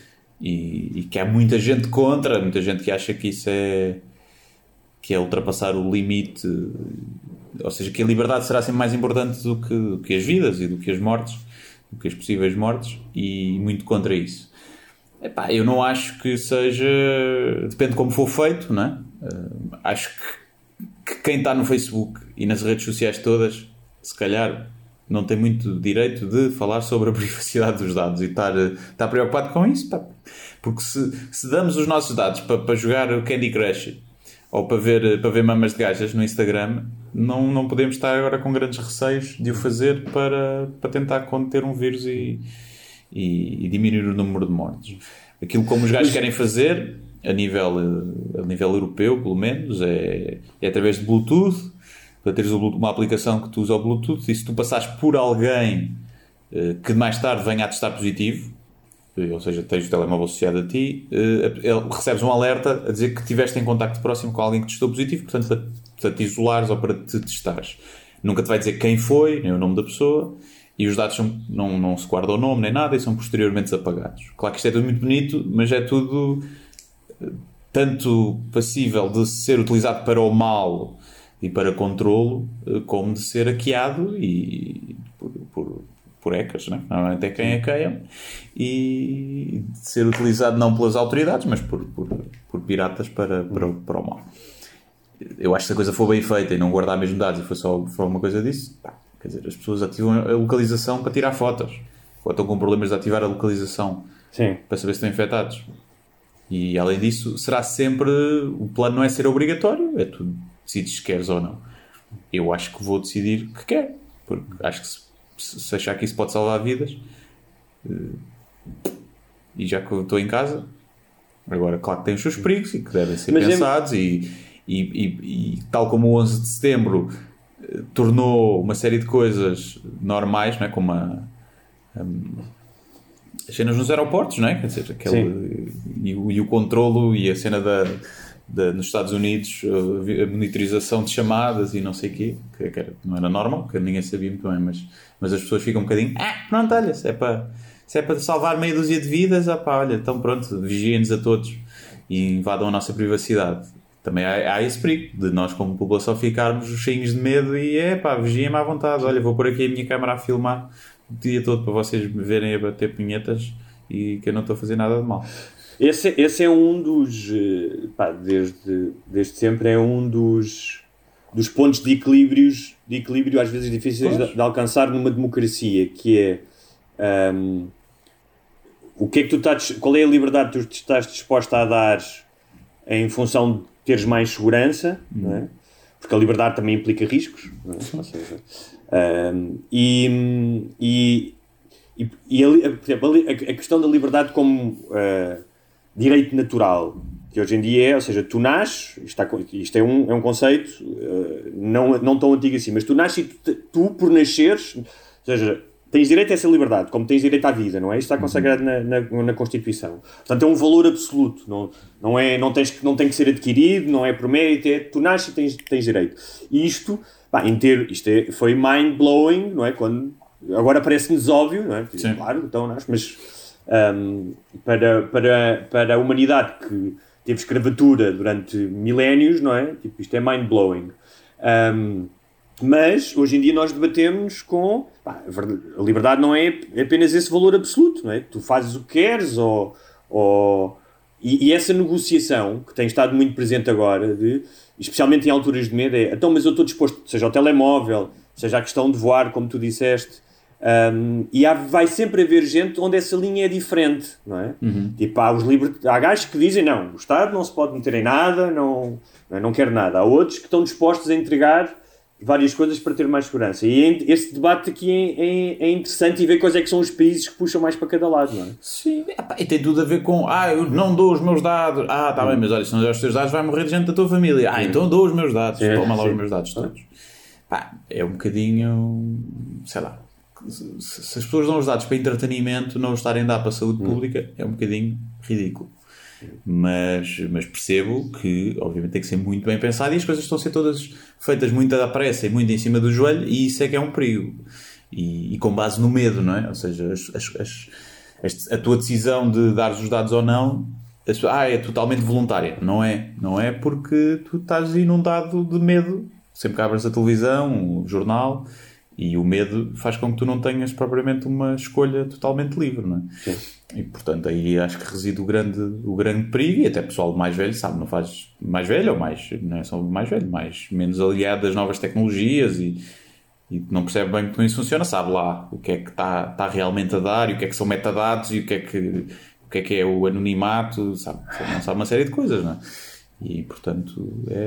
e que há muita gente contra, muita gente que acha que isso é ultrapassar o limite, ou seja, que a liberdade será sempre mais importante do que as vidas e do que as mortes, do que as possíveis mortes, e muito contra isso. Eu não acho que seja, depende de como for feito, não é? Acho que quem está no Facebook e nas redes sociais todas, se calhar não tem muito direito de falar sobre a privacidade dos dados e estar preocupado com isso, porque se damos os nossos dados para jogar o Candy Crush ou para ver mamas de gajas no Instagram, não podemos estar agora com grandes receios de o fazer para tentar conter um vírus e diminuir o número de mortes. Aquilo como os gajos querem fazer a nível europeu, pelo menos, é através de Bluetooth, para teres uma aplicação que tu usa o Bluetooth, e se tu passares por alguém que mais tarde venha a testar positivo, ou seja, tens o telemóvel associado a ti, recebes um alerta a dizer que estiveste em contacto próximo com alguém que testou positivo, portanto para te isolares ou para te testares. Nunca te vai dizer quem foi, nem o nome da pessoa, e os dados não se guardam o nome nem nada e são posteriormente apagados. Claro que isto é tudo muito bonito, mas é tudo tanto passível de ser utilizado para o mal e para controlo, como de ser hackeado e por hackers, né? Normalmente é quem hackeiam, e de ser utilizado não pelas autoridades, mas por piratas para o mal. Eu acho que se a coisa for bem feita e não guardar mesmo dados e for uma coisa disso, quer dizer, as pessoas ativam a localização para tirar fotos, ou estão com problemas de ativar a localização para saber se estão infectados. E além disso, será sempre, o plano não é ser obrigatório, é tu decides se queres ou não. Eu acho que vou decidir que quero, porque acho que se achar que isso pode salvar vidas, e já que eu estou em casa, agora claro que tem os seus perigos e que devem ser pensados, e tal como o 11 de setembro tornou uma série de coisas normais, não é? Como as cenas nos aeroportos, não é? Quer dizer, e o controlo e a cena nos Estados Unidos, a monitorização de chamadas e não sei o quê, que não era normal, que ninguém sabia muito bem, mas as pessoas ficam um bocadinho, pronto, olha, se é para salvar meia dúzia de vidas, olha, então pronto, vigiem-nos a todos e invadam a nossa privacidade. Também há esse perigo de nós como população ficarmos cheios de medo e vigiem-me à vontade, olha, vou pôr aqui a minha câmara a filmar o dia todo para vocês me verem a bater punhetas e que eu não estou a fazer nada de mal. Esse é um dos, desde sempre, é um dos pontos de equilíbrio às vezes difíceis de alcançar numa democracia, que é o que é que qual é a liberdade que tu estás disposta a dar em função de teres mais segurança, não é? Porque a liberdade também implica riscos, não é? Ou seja, por exemplo, a questão da liberdade como direito natural, que hoje em dia é, ou seja, tu nasces, isto é um conceito não tão antigo assim, mas tu nasces e tu por nasceres, ou seja, tens direito a essa liberdade, como tens direito à vida, não é? Isto está consagrado na Constituição. Portanto, é um valor absoluto, não tem que ser adquirido, não é por mérito, tu nasces e tens direito. E isto foi mind-blowing, não é? Agora parece-nos óbvio, não é? Sim. Claro, então nasce, mas para a humanidade que teve escravatura durante milénios, não é? Tipo, isto é mind-blowing. Mas, hoje em dia, nós debatemos com... a liberdade não é apenas esse valor absoluto, não é? Tu fazes o que queres, e essa negociação, que tem estado muito presente agora, especialmente em alturas de medo, então, mas eu estou disposto, seja ao telemóvel, seja a questão de voar, como tu disseste, vai sempre haver gente onde essa linha é diferente, não é? Tipo, há gajos que dizem, não, o Estado não se pode meter em nada, não quer nada. Há outros que estão dispostos a entregar várias coisas para ter mais segurança. E esse debate aqui é interessante, e ver quais é que são os países que puxam mais para cada lado, não é? Sim, e tem tudo a ver com eu não dou os meus dados. Está bem, mas olha, se não der os teus dados vai morrer gente da tua família. Então dou os meus dados. Toma lá os meus dados todos. É um bocadinho, sei lá, se as pessoas dão os dados para entretenimento, não os estarem a dar para a saúde pública, é um bocadinho ridículo. Mas percebo que obviamente tem que ser muito bem pensado, e as coisas estão a ser todas feitas muito à pressa e muito em cima do joelho, e isso é que é um perigo, e com base no medo, não é? Ou seja, a tua decisão de dar os dados ou não é totalmente voluntária. Não é porque tu estás inundado de medo sempre que abres a televisão, o jornal, e o medo faz com que tu não tenhas propriamente uma escolha totalmente livre, não é? Sim. E portanto aí acho que reside o grande perigo, e até o pessoal mais velho sabe, não faz mais velho ou mais, não é só mais velho, menos aliado das novas tecnologias, e não percebe bem como isso funciona, sabe lá o que é que está realmente a dar, e o que é que são metadados, e o que é o anonimato, sabe uma série de coisas, não é? E portanto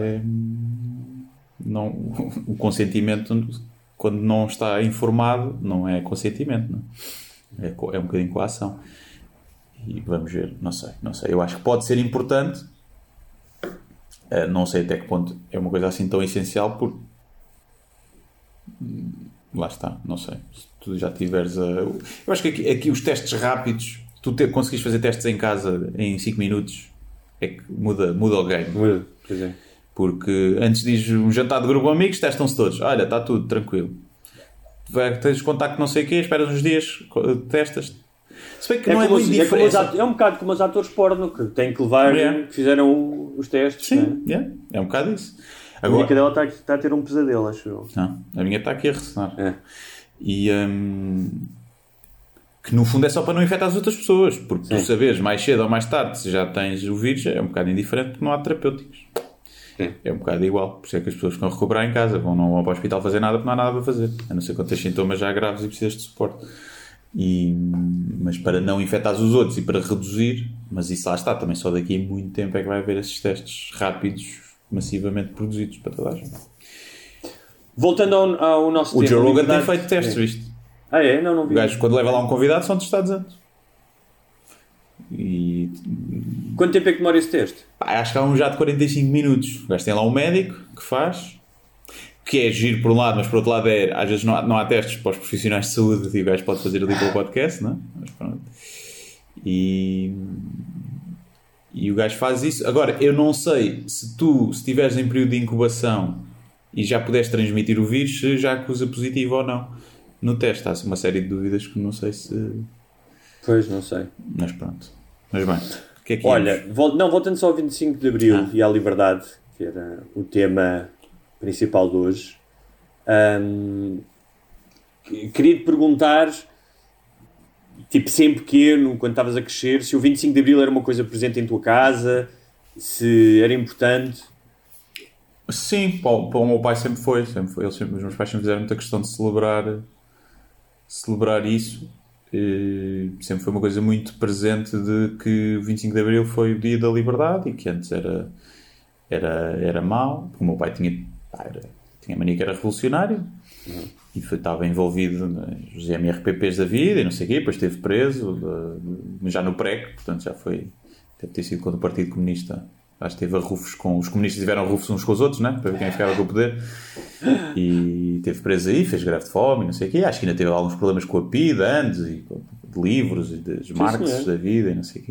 o consentimento, quando não está informado, não é consentimento, não é? É um bocadinho coação. E vamos ver, não sei. Eu acho que pode ser importante, não sei até que ponto é uma coisa assim tão essencial, porque lá está, não sei. Se tu já tiveres eu acho que aqui os testes rápidos, tu conseguires fazer testes em casa em 5 minutos, é que muda o game. Muda, pois é. Porque antes diz um jantar de grupo de amigos, testam-se todos. Olha, está tudo tranquilo. Tens contacto não sei o quê, esperas uns dias, testas. Se bem que não é muito diferente. É um bocado como os atores porno, que têm que levar, que fizeram os testes. Sim, é um bocado isso. Agora, a minha cadela está a ter um pesadelo, acho eu. Não, a minha está aqui a ressonar. E que no fundo é só para não infectar as outras pessoas, porque tu sabes mais cedo ou mais tarde se já tens o vírus, é um bocado indiferente, porque não há terapêuticos. É um bocado igual, por isso é que as pessoas ficam a recuperar em casa, não vão para o hospital fazer nada porque não há nada para fazer, a não ser quando tens sintomas já graves e precisas de suporte. Mas para não infectar os outros e para reduzir, mas isso lá está, também só daqui a muito tempo é que vai haver esses testes rápidos, massivamente produzidos para toda a gente. Voltando ao nosso tema. O Joe Rogan tem feito testes, viste? Não vi. O gajo, quando leva lá um convidado, são testados antes. E... Quanto tempo é que demora esse teste? Acho que há um já de 45 minutos. O gajo tem lá um médico que faz, que é giro por um lado, mas por outro lado às vezes não há testes para os profissionais de saúde, e o gajo pode fazer ali pelo podcast, não é? Mas pronto. E o gajo faz isso. Agora, eu não sei se tu, se estiveres em período de incubação e já puderes transmitir o vírus, se já acusa positivo ou não no teste. Há uma série de dúvidas que não sei se... Pois, não sei. Mas pronto. Mas bem, o que é que olha, voltando só ao 25 de Abril e à liberdade, que era o tema principal de hoje, queria-te perguntar, tipo, sempre pequeno, quando estavas a crescer, se o 25 de Abril era uma coisa presente em tua casa, se era importante. Sim, para o meu pai sempre foi. Os meus pais sempre fizeram muita questão de celebrar isso. Sempre foi uma coisa muito presente de que o 25 de Abril foi o dia da liberdade, e que antes era mau, porque o meu pai tinha mania que era revolucionário, e estava envolvido nos MRPPs da vida e não sei o quê, depois esteve preso, já no PREC, portanto já foi, deve ter sido quando o Partido Comunista, acho que teve arrufos os comunistas tiveram arrufos uns com os outros, né? Para ver quem ficava com o poder. E esteve preso aí, fez greve de fome, não sei o quê. Acho que ainda teve alguns problemas com a PIDE antes, e de livros, e das Marx da vida, e não sei o quê.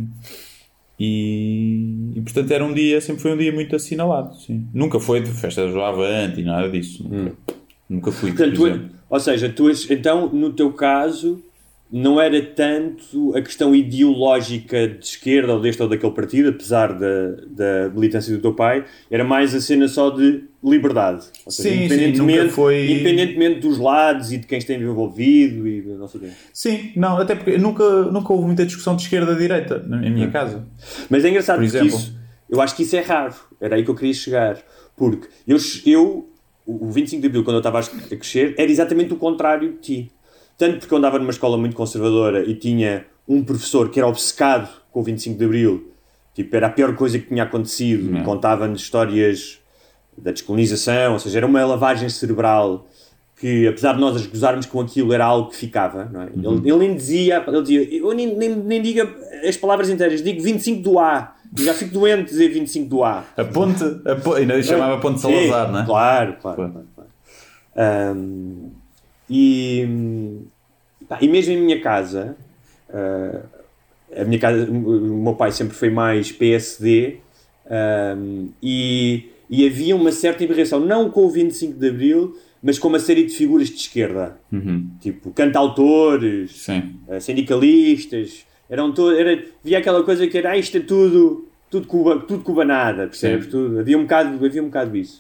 E portanto sempre foi um dia muito assinalado, sim. Nunca foi de festa do Avante e nada disso. Nunca fui, portanto, por exemplo. Ou seja, então, no teu caso, não era tanto a questão ideológica de esquerda ou deste ou daquele partido, apesar da militância do teu pai, era mais a cena só de liberdade. Ou seja, independentemente dos lados e de quem esteja envolvido e não sei o quê. Sim, não, até porque nunca houve muita discussão de esquerda-direita em minha casa. Mas é engraçado porque eu acho que isso é raro. Era aí que eu queria chegar. Porque o 25 de Abril, quando eu estava a crescer, era exatamente o contrário de ti. Tanto porque eu andava numa escola muito conservadora e tinha um professor que era obcecado com o 25 de Abril, tipo, era a pior coisa que tinha acontecido, contava-nos histórias da descolonização, ou seja, era uma lavagem cerebral que, apesar de nós as gozarmos com aquilo, era algo que ficava, não é? Ele nem dizia, eu nem digo as palavras inteiras, digo 25 do A, e já fico doente de dizer 25 do A. A ponte ainda chamava Ponte Salazar, não é? Claro. E mesmo em minha casa, o meu pai sempre foi mais PSD, e havia uma certa embirração, não com o 25 de Abril, mas com uma série de figuras de esquerda, tipo cantautores, sindicalistas, havia aquela coisa que era isto é tudo cubanada, percebes? Havia um bocado isso.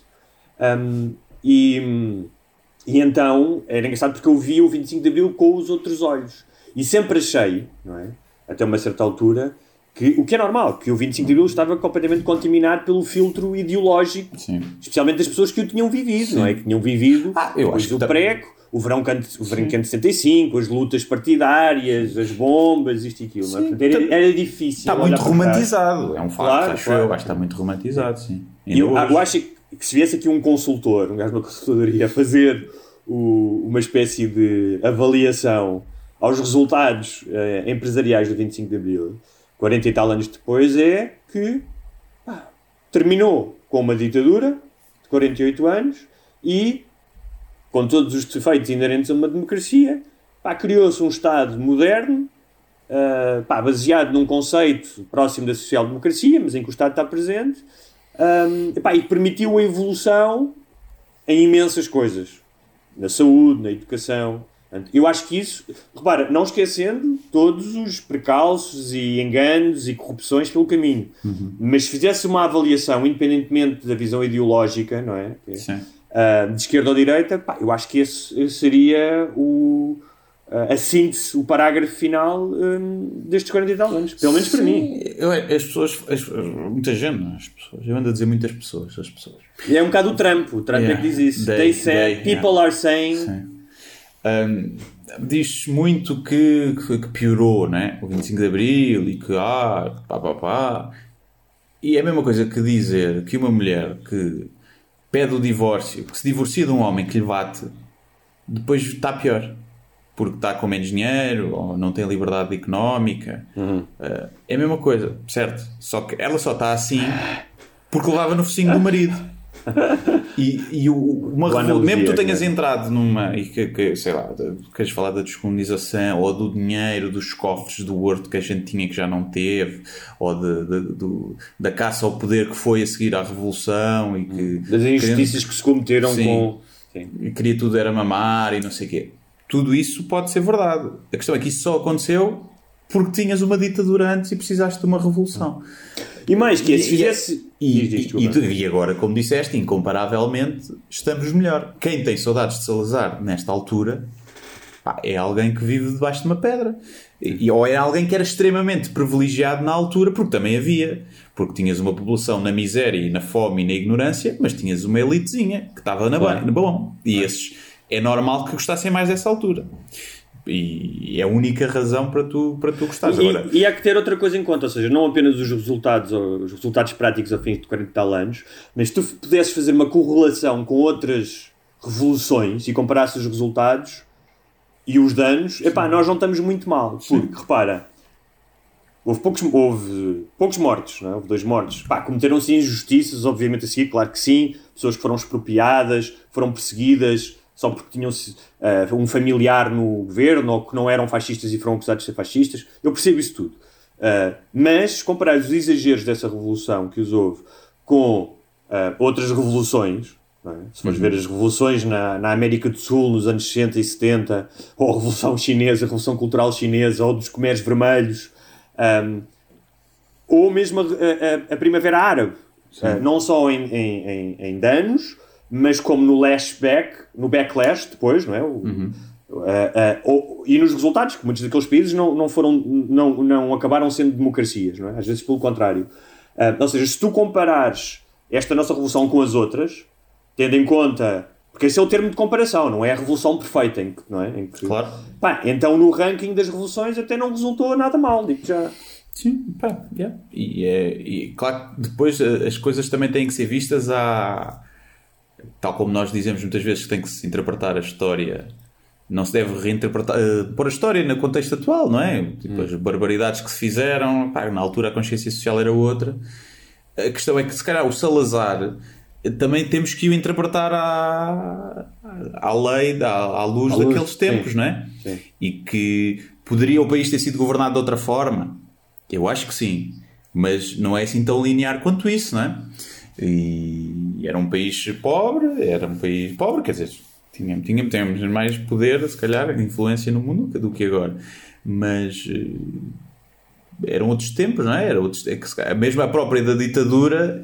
E então, era engraçado porque eu vi o 25 de Abril com os outros olhos. E sempre achei, não é? Até uma certa altura, que o que é normal, que o 25 de Abril estava completamente contaminado pelo filtro ideológico, especialmente das pessoas que o tinham vivido, não é? Que tinham vivido o Preco, o verão Canto 75, as lutas partidárias, as bombas, isto e aquilo. Portanto, era difícil. Está muito romantizado, é um facto, acho eu. Acho que está muito romantizado, sim. Eu acho que se viesse aqui um consultor, um gajo de uma consultoria, a fazer uma espécie de avaliação aos resultados empresariais do 25 de Abril, 40 e tal anos depois, é que terminou com uma ditadura de 48 anos e, com todos os defeitos inerentes a uma democracia, criou-se um Estado moderno, baseado num conceito próximo da social-democracia, mas em que o Estado está presente, e permitiu a evolução em imensas coisas, na saúde, na educação. Eu acho que isso, repara, não esquecendo todos os precalços e enganos e corrupções pelo caminho, mas se fizesse uma avaliação, independentemente da visão ideológica, não é? De esquerda ou direita, eu acho que esse seria a síntese, o parágrafo final destes 40 e tal anos, pelo menos para mim. As pessoas, muita gente, eu ando a dizer muitas pessoas, as pessoas. E é um bocado o Trump é que diz isso. They said, people are saying... Diz muito que piorou, né? O 25 de Abril e que e é a mesma coisa que dizer que uma mulher que pede o divórcio, que se divorcia de um homem que lhe bate, depois está pior porque está com menos dinheiro ou não tem liberdade económica. É a mesma coisa, certo? Só que ela só está assim porque levava no focinho do marido. Mesmo que tu tenhas entrado numa e que sei lá, queres falar da descolonização ou do dinheiro dos cofres do horto que a gente tinha que já não teve, ou da caça ao poder que foi a seguir à Revolução e que das injustiças que se cometeram e queria tudo era mamar e não sei o quê. Tudo isso pode ser verdade. A questão é que isso só aconteceu porque tinhas uma ditadura antes e precisaste de uma revolução. E mais que se fizesse... E agora, como disseste, incomparavelmente, estamos melhor. Quem tem saudades de Salazar nesta altura é alguém que vive debaixo de uma pedra. Ou é alguém que era extremamente privilegiado na altura, porque também havia. Porque tinhas uma população na miséria e na fome e na ignorância, mas tinhas uma elitezinha que estava na bom. E esses é normal que gostassem mais dessa altura. E é a única razão para tu gostares. E há que ter outra coisa em conta, ou seja, não apenas os resultados práticos ao fim de 40 e tal anos, mas se tu pudesses fazer uma correlação com outras revoluções e comparasse os resultados e os danos, nós não estamos muito mal. Porque, repara, houve poucos mortos, não é? Houve 2 mortos. Cometeram-se injustiças, obviamente, a seguir, claro que sim. Pessoas que foram expropriadas, foram perseguidas só porque tinham um familiar no governo ou que não eram fascistas e foram acusados de ser fascistas. Eu percebo isso tudo. Mas, comparar os exageros dessa revolução que os houve com outras revoluções, não é? Se fores ver as revoluções na América do Sul nos anos 60 e 70, ou a Revolução Chinesa, a Revolução Cultural Chinesa, ou dos Khmers Vermelhos, ou mesmo a Primavera Árabe, não só em danos, mas como no backlash depois, não é? E nos resultados, que muitos daqueles países não acabaram sendo democracias, não é? Às vezes pelo contrário. Ou seja, se tu comparares esta nossa revolução com as outras, tendo em conta, porque esse é o termo de comparação, não é a revolução perfeita, não é? Claro. Então no ranking das revoluções até não resultou nada mal, digo já. Sim, yeah. E claro que depois as coisas também têm que ser vistas tal como nós dizemos muitas vezes que tem que se interpretar a história, não se deve reinterpretar, pôr a história no contexto atual, não é? Tipo, as barbaridades que se fizeram, na altura a consciência social era outra. A questão é que se calhar o Salazar também temos que o interpretar à lei, à luz daqueles tempos, sim, não é? Sim. E que poderia o país ter sido governado de outra forma. Eu acho que sim, mas não é assim tão linear quanto isso, não é? E era um país pobre, quer dizer, tínhamos mais poder, se calhar, influência no mundo do que agora. Mas eram outros tempos, não é? Mesmo a própria da ditadura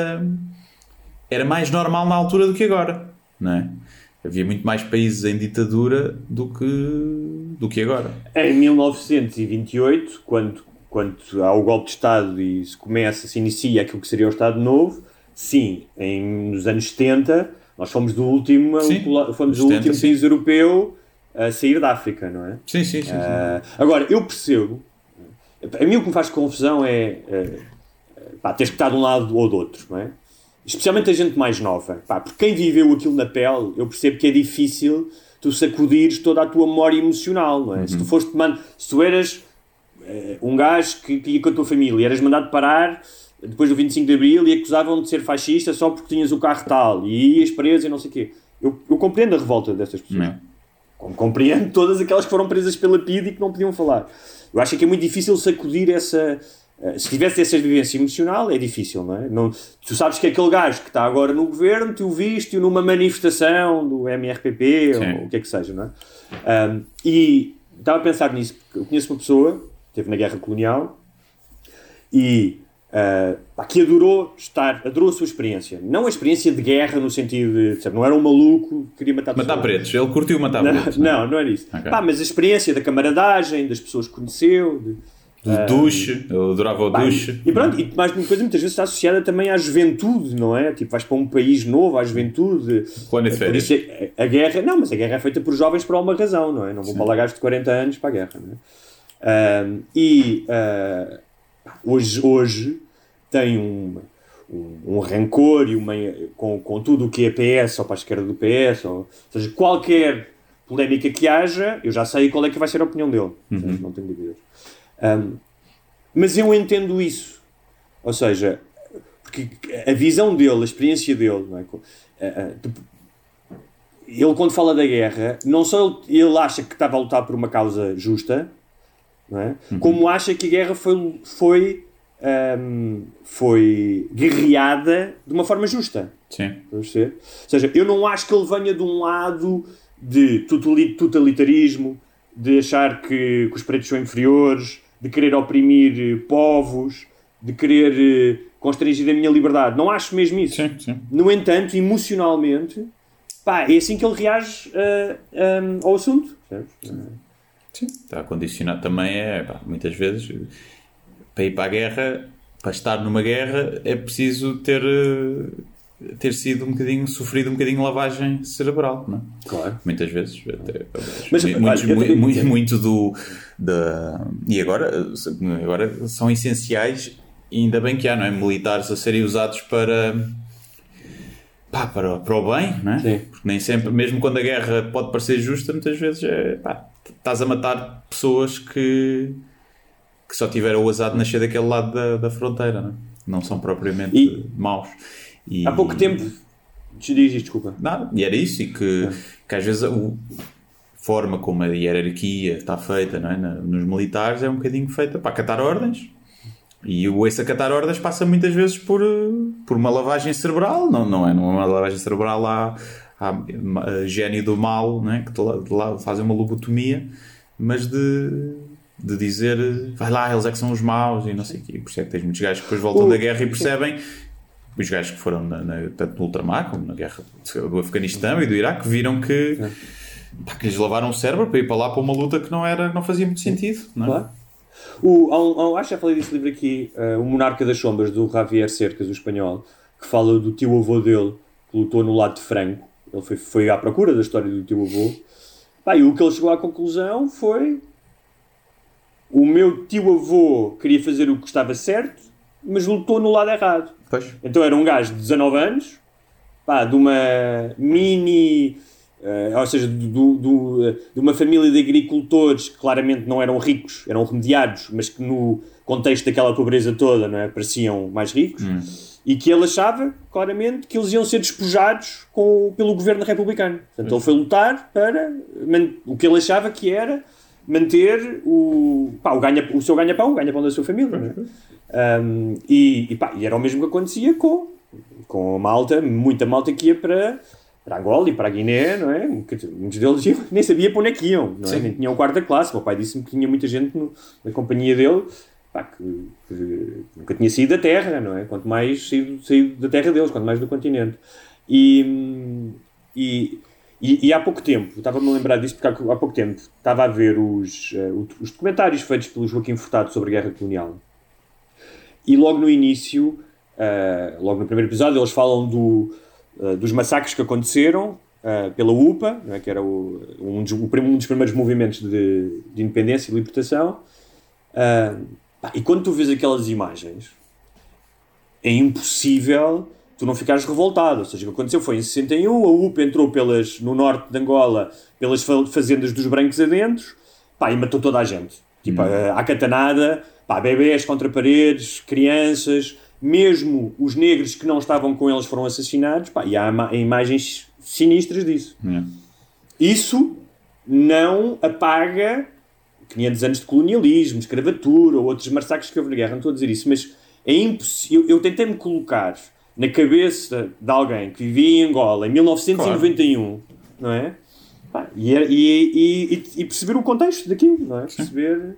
era mais normal na altura do que agora, não é? Havia muito mais países em ditadura do que agora. Em 1928, quando há o golpe de Estado e se inicia aquilo que seria o Estado Novo, sim, nos anos 70, nós fomos o último país europeu a sair da África, não é? Sim. Agora, eu percebo, a mim o que me faz confusão é teres que estar de um lado ou do outro, não é? Especialmente a gente mais nova, porque quem viveu aquilo na pele, eu percebo que é difícil tu sacudires toda a tua memória emocional, não é? Se tu eras um gajo que ia com a tua família, eras mandado parar depois do 25 de Abril e acusavam de ser fascista só porque tinhas o carro tal e ias preso e não sei o quê. Eu compreendo a revolta dessas pessoas. Como compreendo todas aquelas que foram presas pela PIDE e que não podiam falar. Eu acho que é muito difícil sacudir essa... Se tivesse essa vivência emocional, é difícil, não é? Tu sabes que aquele gajo que está agora no governo, tu viste-o numa manifestação do MRPP, ou o que é que seja, não é? E estava a pensar nisso, porque eu conheço uma pessoa que esteve na Guerra Colonial e que adorou a sua experiência. Não a experiência de guerra no sentido de, não era um maluco que queria matar pessoas. Matar pretos, ele curtiu matar pretos. Não era isso. Okay. Mas a experiência da camaradagem, das pessoas que conheceu... Do duche, eu adorava o duche. E pronto, e mais uma coisa muitas vezes está associada também à juventude, não é? Tipo, vais para um país novo, à juventude. Plano de férias. Por isso a guerra, mas a guerra é feita por jovens por alguma razão, não é? Não vão para lagares de 40 anos para a guerra, não é? Hoje tem um rancor e com tudo o que é PS ou para a esquerda do PS, ou seja, qualquer polémica que haja, eu já sei qual é que vai ser a opinião dele, não tenho dúvidas. Mas eu entendo isso, ou seja, porque a visão dele, a experiência dele, não é? Ele quando fala da guerra, não só ele acha que estava a lutar por uma causa justa, não é? Como acha que a guerra foi guerreada de uma forma justa. Sim. Ou seja, eu não acho que ele venha de um lado de totalitarismo, de achar que os pretos são inferiores, de querer oprimir povos, de querer constrangir a minha liberdade. Não acho mesmo isso. Sim. No entanto, emocionalmente, é assim que ele reage ao assunto. Sim. Está condicionado também, muitas vezes, para ir para a guerra, para estar numa guerra, é preciso ter sido sofrido um bocadinho lavagem cerebral, não é? Claro. Muitas vezes. E agora são essenciais, e ainda bem que há, não é? Militares a serem usados para o bem, não é? Sim. Porque nem sempre, mesmo quando a guerra pode parecer justa, muitas vezes estás a matar pessoas que que só tiveram o azar de nascer daquele lado da fronteira, não são propriamente maus. E, há pouco tempo, desculpa. Nada, e era isso, e que às vezes a forma como a hierarquia está feita, não é? Nos militares é um bocadinho feita para acatar ordens, e esse acatar ordens passa muitas vezes por uma lavagem cerebral, não é uma lavagem cerebral há gênio do mal, não é? Que lá fazem uma lobotomia, mas de dizer, vai lá, eles é que são os maus e não sei o quê. Por isso é que tens muitos gajos que depois voltam da guerra e percebem, os gajos que foram tanto no ultramar como na guerra do Afeganistão e do Iraque, viram que lhes lavaram o cérebro para ir para lá para uma luta que não fazia muito sentido, não é? Claro. Acho que já falei desse livro aqui, O Monarca das Sombras, do Javier Cercas, o espanhol, que fala do tio-avô dele que lutou no lado de Franco. Ele foi à procura da história do tio-avô. E o que ele chegou à conclusão foi: o meu tio-avô queria fazer o que estava certo, mas lutou no lado errado. Pois. Então era um gajo de 19 anos, de uma mini... ou seja, de uma família de agricultores que claramente não eram ricos, eram remediados, mas que no contexto daquela pobreza toda, não é, pareciam mais ricos. E que ele achava, claramente, que eles iam ser despojados pelo governo republicano. Portanto, ele foi lutar para o que ele achava que era manter o seu ganha-pão, o ganha-pão da sua família. Não é? E era o mesmo que acontecia com a malta, muita malta que ia para Angola e para a Guiné, não é? Muitos deles nem sabia para onde é que iam, não é? Nem tinham quarta classe. O meu pai disse-me que tinha muita gente na companhia dele que nunca tinha saído da terra, não é? Quanto mais saído da terra deles, quanto mais do continente. E há pouco tempo, estava-me a lembrar disso, porque há pouco tempo estava a ver os documentários feitos pelo Joaquim Furtado sobre a Guerra Colonial. E logo no início, logo no primeiro episódio, eles falam dos massacres que aconteceram pela UPA, não é? Que era um dos primeiros movimentos de independência e libertação. E quando tu vês aquelas imagens, é impossível tu não ficares revoltado. Ou seja, o que aconteceu foi em 61, a UPA entrou no norte de Angola, pelas fazendas dos brancos adentros, e matou toda a gente. À catanada, bebés contra paredes, crianças, mesmo os negros que não estavam com eles foram assassinados, e há imagens sinistras disso. Isso não apaga 500 anos de colonialismo, escravatura ou outros massacres que houve na guerra. Não estou a dizer isso, mas é impossível. Eu tentei-me colocar na cabeça de alguém que vivia em Angola em 1991, não é? E perceber o contexto daquilo, não é? Perceber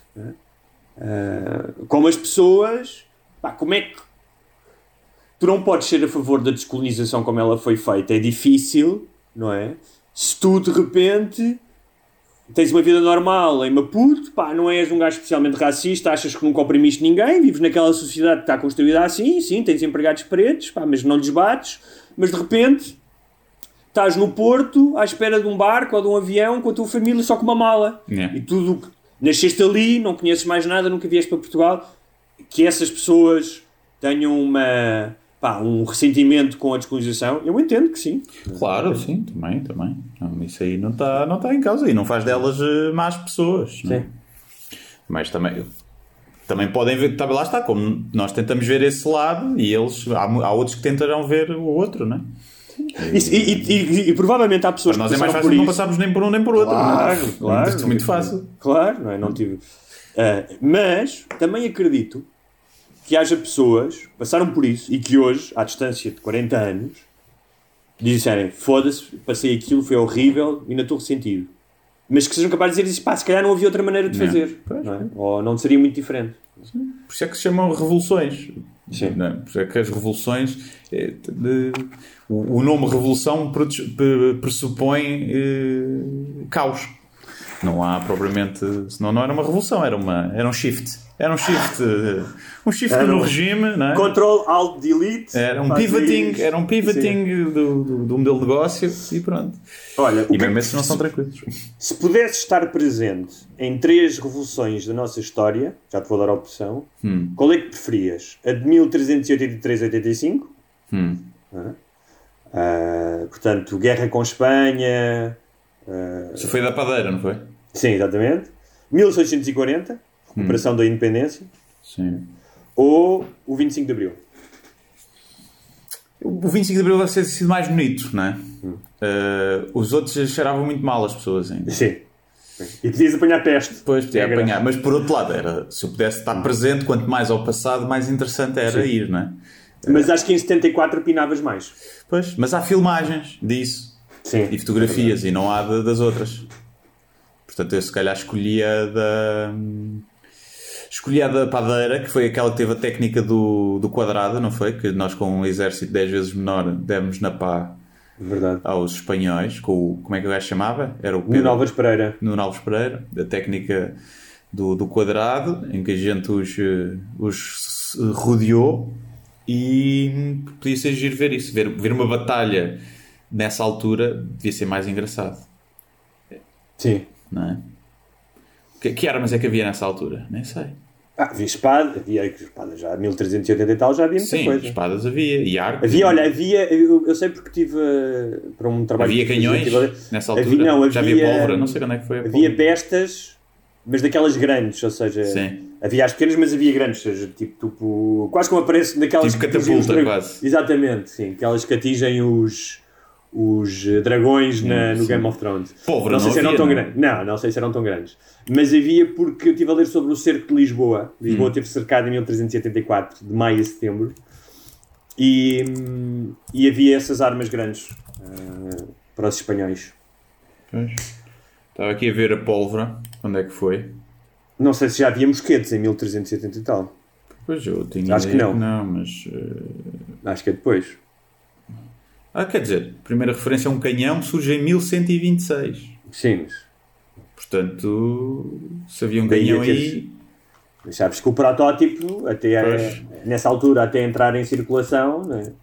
como as pessoas... como é que tu não podes ser a favor da descolonização como ela foi feita? É difícil, não é? Se tu, de repente... tens uma vida normal em Maputo, não és um gajo especialmente racista, achas que nunca oprimiste ninguém, vives naquela sociedade que está construída assim, sim, tens empregados pretos, mas não lhes bates, mas de repente estás no Porto à espera de um barco ou de um avião com a tua família só com uma mala. E tudo, nasceste ali, não conheces mais nada, nunca vieste para Portugal. Que essas pessoas tenham um ressentimento com a descolonização, eu entendo que sim. Claro, sim, também. Não, isso aí não está em causa e não faz delas más pessoas. Não? Sim. Mas também podem ver, lá está, como nós tentamos ver esse lado e há outros que tentarão ver o outro, não é? E provavelmente há pessoas para nós é mais fácil não passarmos nem por um nem por outro. Claro. É muito fácil. Claro, não é? Não tive... mas também acredito que haja pessoas que passaram por isso e que hoje, à distância de 40 anos, disserem, foda-se, passei aquilo, foi horrível e ainda estou ressentido. Mas que sejam capazes de dizer isso, se calhar não havia outra maneira de fazer. Não é? Ou não seria muito diferente. Sim. Por isso é que se chamam revoluções. Sim. Não é? Por isso é que as revoluções... o nome revolução pressupõe caos. Não há propriamente... Senão não era uma revolução, era um shift. Era um shift no regime, não é? Control, Alt, Delete. Era um pivoting do modelo de negócio e pronto. Olha, e mesmo esses não são tranquilos. Se pudesse estar presente em 3 revoluções da nossa história, já te vou dar a opção, qual é que preferias? A de 1383-85? Portanto, guerra com Espanha... Isso foi da padeira, não foi? Sim, exatamente. 1640... recuperação da independência. Sim. Ou o 25 de Abril? O 25 de Abril vai ter sido mais bonito, não é? Os outros cheiravam muito mal as pessoas ainda. Sim. E podias apanhar peste. Pois, podia apanhar. Mas por outro lado, se eu pudesse estar presente, quanto mais ao passado, mais interessante era ir, não é? Mas acho que em 74 pinavas mais. Pois, mas há filmagens disso. Sim. E fotografias, e não há das outras. Portanto, eu se calhar escolhia da padeira, que foi aquela que teve a técnica do quadrado, não foi? Que nós, com um exército 10 vezes menor, demos na pá. Verdade. Aos espanhóis, como é que o gajo chamava? Era o Pedro, Nuno Álvares Pereira. Nuno Álvares Pereira, da técnica do quadrado, em que a gente os rodeou, e podia ser giro ver isso. Ver uma batalha nessa altura devia ser mais engraçado. Sim. Não é? Que armas é que havia nessa altura? Nem sei. Havia espada já, 1380 e tal, já havia muita coisa. Sim, espadas havia, e arcos. Eu sei porque tive para um trabalho... Havia canhões nessa altura? Já havia pólvora, não sei quando é que foi a pólvora. Havia bestas, mas daquelas grandes, ou seja... Sim. Havia as pequenas, mas havia grandes, ou seja, tipo quase como aparece naquelas... Tipo catapulta, quase. Exatamente, sim, aquelas que atingem os dragões no Game of Thrones. Pólvora, não sei se eram tão grandes. Não sei se eram tão grandes. Mas havia, porque eu estive a ler sobre o cerco de Lisboa. Lisboa esteve cercada em 1384, de maio a setembro. E havia essas armas grandes para os espanhóis. Pois. Estava aqui a ver a pólvora. Onde é que foi? Não sei se já havia mosquetes em 1370 e tal. Pois, eu tinha acho que não. Não, mas... Acho que é depois. Quer dizer, a primeira referência a um canhão surge em 1126. Sim. Portanto, se havia um canhão aí... Sabes que o protótipo, nessa altura, até entrar em circulação... Não é?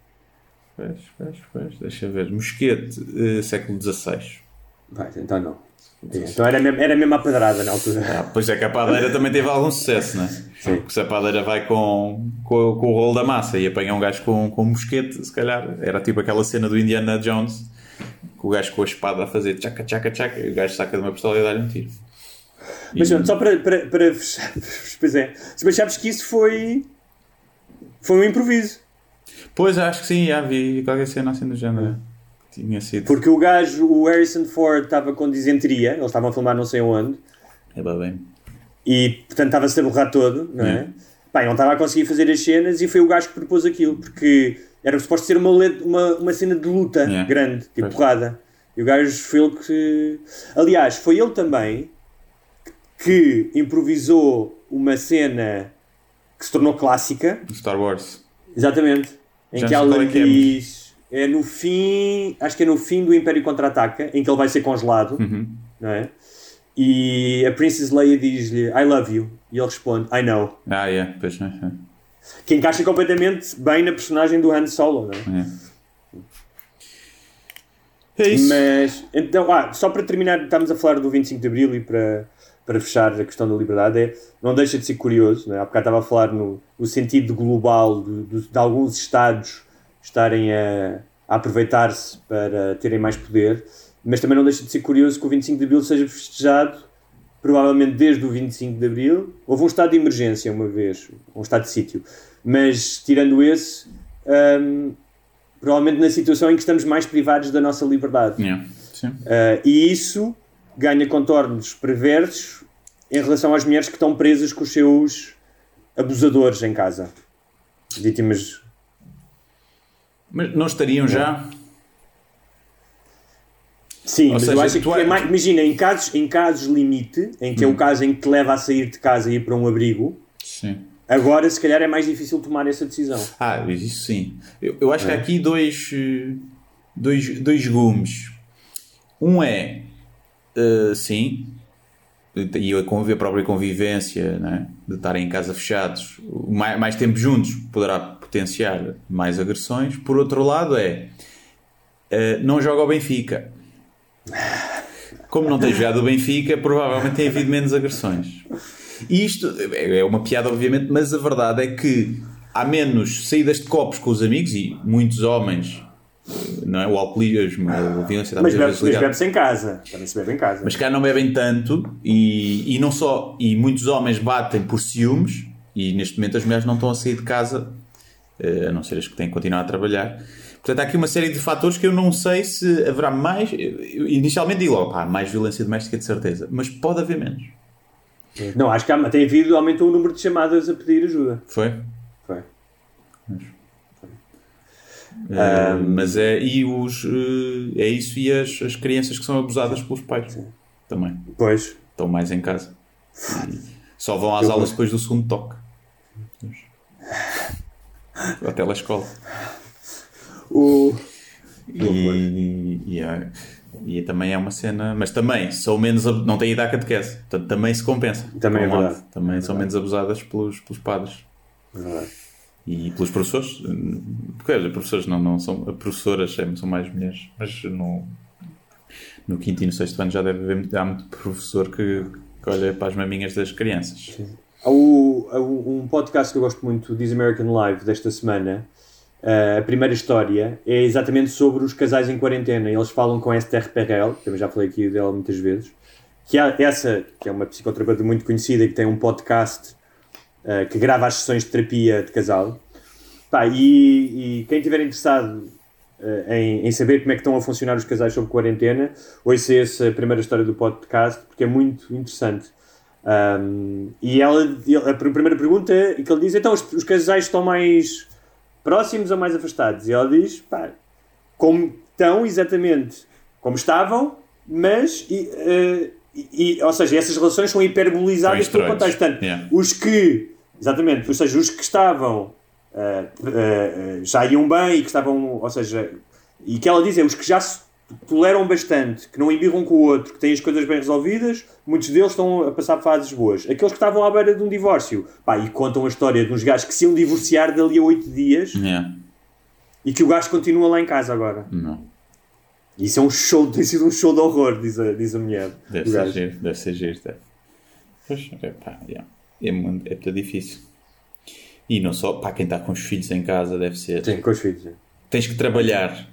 Pois. Deixa ver. Mosquete, século XVI. Então não. Então era mesmo a pedrada na altura. Pois é que a padeira também teve algum sucesso, não é? Sim. Porque se a padeira vai com o rolo da massa e apanha um gajo com um mosquete, se calhar era tipo aquela cena do Indiana Jones, com o gajo com a espada a fazer tchaca, tchaca, tchaca, e o gajo saca de uma pistola e dá-lhe um tiro. Mas só para fechar, pois é, mas sabes que isso foi um improviso. Pois, acho que sim, já vi qualquer cena assim do género. Tinha sido. Porque o Harrison Ford estava com disenteria, eles estavam a filmar não sei onde. Bem. E, portanto, estava-se a borrar todo, não é? Não estava a conseguir fazer as cenas e foi o gajo que propôs aquilo, porque era suposto ser uma cena de luta grande, tipo porrada. E o gajo foi ele que... Aliás, foi ele também que improvisou uma cena que se tornou clássica. Star Wars. Exatamente. Em que ela diz... É no fim... Acho que é no fim do Império Contra-Ataca, em que ele vai ser congelado, não é? E a Princess Leia diz-lhe I love you. E ele responde I know. Pois não é. Que encaixa completamente bem na personagem do Han Solo, não é? É isso. Mas, então, só para terminar, estamos a falar do 25 de Abril e para fechar a questão da liberdade, não deixa de ser curioso, não é? Há bocado estava a falar no sentido global de alguns Estados estarem a aproveitar-se para terem mais poder, mas também não deixa de ser curioso que o 25 de Abril seja festejado provavelmente desde o 25 de Abril. Houve um estado de emergência uma vez, um estado de sítio, mas tirando esse, provavelmente na situação em que estamos mais privados da nossa liberdade. Sim. E isso ganha contornos perversos em relação às mulheres que estão presas com os seus abusadores em casa, vítimas. Mas não estariam já? Sim, mas eu acho que é mais, imagina, em casos limite, em que é o caso em que te leva a sair de casa e ir para um abrigo, sim. Agora se calhar é mais difícil tomar essa decisão. Isso sim. Eu acho que há aqui dois gumes. Um é, sim, e a própria convivência, né, de estarem em casa fechados, mais tempo juntos poderá potenciar mais agressões. Por outro lado não joga ao Benfica. Como não tem jogado o Benfica, provavelmente tem havido menos agressões. E isto é uma piada, obviamente, mas a verdade é que há menos saídas de copos com os amigos, e muitos homens não é? O alcoolismo, a violência... Mas bebe-se em casa. Também se bebe em casa. Mas cá não bebem tanto e não só... E muitos homens batem por ciúmes e neste momento as mulheres não estão a sair de casa, a não ser as que têm que continuar a trabalhar. Portanto, há aqui uma série de fatores que eu não sei se haverá mais... Eu inicialmente digo logo, mais violência doméstica de certeza. Mas pode haver menos. Não, acho que tem havido, aumentou o número de chamadas a pedir ajuda. Foi? Mas é isso e as crianças que são abusadas pelos pais. Sim. Também. Pois. Estão mais em casa. Só vão às aulas depois do segundo toque. Até à escola. E também é uma cena, mas também são menos, não têm idade catequese, portanto também se compensa. Também é verdade. Também são menos abusadas pelos padres. Verdade. E pelos professores, porque as professoras não são, as professoras são mais mulheres, mas no quinto e no sexto ano já deve haver há muito professor que olha para as maminhas das crianças. Sim. Há um podcast que eu gosto muito, This American Life, desta semana. A primeira história é exatamente sobre os casais em quarentena. Eles falam com a Esther Perel, também já falei aqui dela muitas vezes, que é uma psicoterapeuta muito conhecida, que tem um podcast que grava as sessões de terapia de casal. E quem estiver interessado em saber como é que estão a funcionar os casais sob quarentena, ouça essa primeira história do podcast, porque é muito interessante. E a primeira pergunta que ele diz, então os casais estão mais próximos ou mais afastados? E ela diz, como estão exatamente como estavam, mas ou seja, essas relações são hiperbolizadas pelo contexto. Portanto, os que estavam já iam bem e que estavam, ou seja, e que ela diz os que já se toleram bastante, que não embirram com o outro, que têm as coisas bem resolvidas, muitos deles estão a passar fases boas. Aqueles que estavam à beira de um divórcio, e contam a história de uns gajos que se iam divorciar dali a 8 dias e que o gajo continua lá em casa agora. Não. Isso é tem sido um show de horror, diz a mulher. Deve ser giro. Pois, é muito difícil. E não só, quem está com os filhos em casa deve ser... Sim, com os filhos. Tens que trabalhar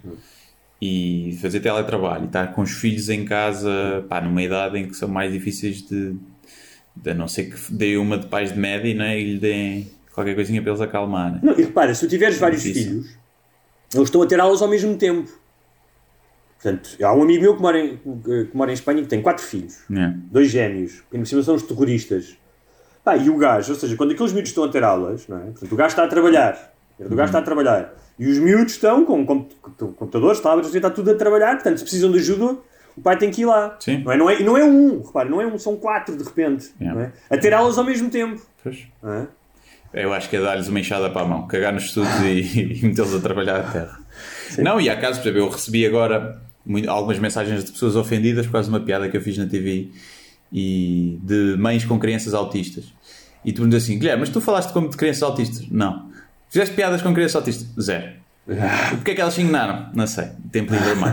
e fazer teletrabalho e estar com os filhos em casa, numa idade em que são mais difíceis de a não ser que dê uma de pais de média, não é? E lhe deem qualquer coisinha para eles acalmar. Não, e repara, se tu tiveres vários filhos, eles estão a ter aulas ao mesmo tempo. Portanto, há um amigo meu que mora em Espanha que tem 4 filhos, 2 gêmeos, que por cima são os terroristas. E o gajo, ou seja, quando aqueles miúdos estão a ter aulas, não é? Portanto, o gajo está a trabalhar, e os miúdos estão com computadores, tablets, está tudo a trabalhar, portanto, se precisam de ajuda, o pai tem que ir lá. Sim. Não é? E não é um, repare, não é um, são 4 de repente, não é? A ter aulas ao mesmo tempo. Pois. Não é? Eu acho que é dar-lhes uma enxada para a mão, cagar nos estudos e metê-los a trabalhar à terra. Sim. Não, e há casos, por exemplo, eu recebi agora algumas mensagens de pessoas ofendidas por causa de uma piada que eu fiz na TV e de mães com crianças autistas. E tu me diz assim, Guilherme, mas tu falaste como de crianças autistas? Não. Fizeste piadas com crianças autistas? 0. Porquê é que elas se enganaram? Não sei. Tempo livre mais.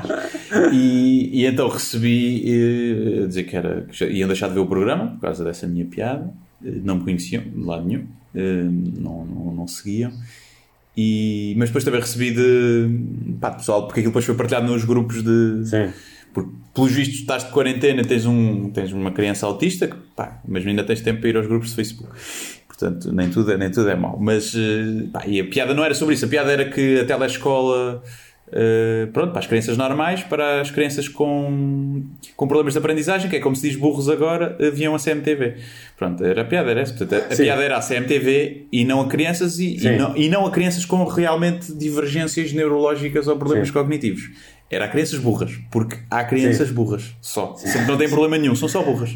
E então recebi a dizer que iam deixar de ver o programa por causa dessa minha piada. Não me conheciam de lado nenhum. Não seguiam. Mas depois também recebi de pessoal, porque aquilo depois foi partilhado nos grupos de... Sim. Porque, pelos vistos, estás de quarentena, tens uma criança autista, mas ainda tens tempo para ir aos grupos de Facebook. Portanto, nem tudo é mau. Mas, e a piada não era sobre isso. A piada era que a telescola, para as crianças normais, para as crianças com problemas de aprendizagem, que é como se diz burros agora, viam a CMTV. Pronto, a piada era essa. Portanto, a piada era a CMTV e não a crianças e não a crianças com realmente divergências neurológicas ou problemas cognitivos. Era a crianças burras, porque há crianças burras só. Sempre não tem problema nenhum, são só burras.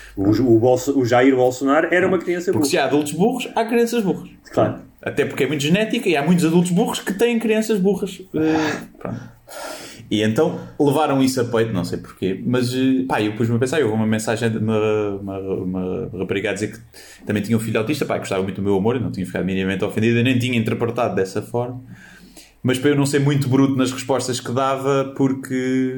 O Jair Bolsonaro era uma criança burra. Porque se há adultos burros, há crianças burras. Claro. Até porque é muito genética e há muitos adultos burros que têm crianças burras. Pronto. E então levaram isso a peito, não sei porquê, mas eu pus-me a pensar, houve uma mensagem de uma rapariga a dizer que também tinha um filho autista, que gostava muito do meu amor, eu não tinha ficado minimamente ofendido, eu nem tinha interpretado dessa forma. Mas para eu não ser muito bruto nas respostas que dava, porque...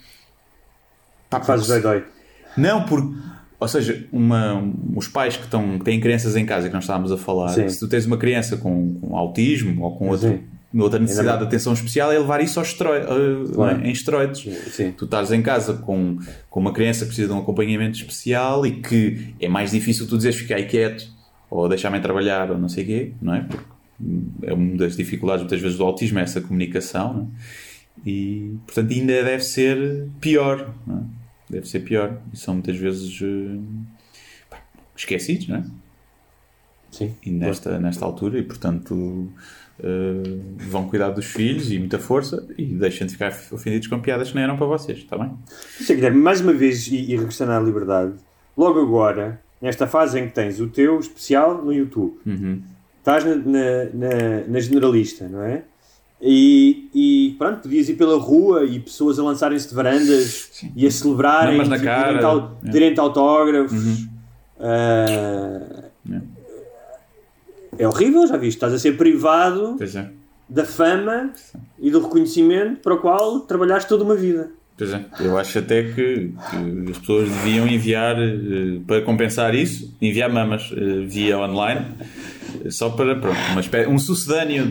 Fazes dói. Não, porque... Ou seja, os pais que têm crianças em casa, que nós estávamos a falar, se tu tens uma criança com autismo ou com outro outra necessidade de atenção especial é levar isso aos em esteroides. Sim. Tu estás em casa com uma criança que precisa de um acompanhamento especial e que é mais difícil tu dizeres ficar aí quieto ou deixar-me trabalhar ou não sei o quê, não é? Porque é uma das dificuldades muitas vezes do autismo, é essa comunicação, não é? E portanto ainda deve ser pior, não é? Deve ser pior e são muitas vezes esquecidos, não é? Sim. E nesta altura e portanto vão cuidar dos filhos e muita força e deixem de ficar ofendidos com piadas que nem eram para vocês, está bem? Sim, Guilherme, mais uma vez e regressando à liberdade, logo agora nesta fase em que tens o teu especial no YouTube, estás na generalista, não é? E pronto, podias ir pela rua e pessoas a lançarem-se de varandas. Sim. E a celebrarem, na cara, terem autógrafos. É horrível, já viste? Estás a ser privado da fama e do reconhecimento para o qual trabalhaste toda uma vida. Pois é, eu acho até que as pessoas deviam enviar, para compensar isso, enviar mamas via online, só para, pronto, um sucedâneo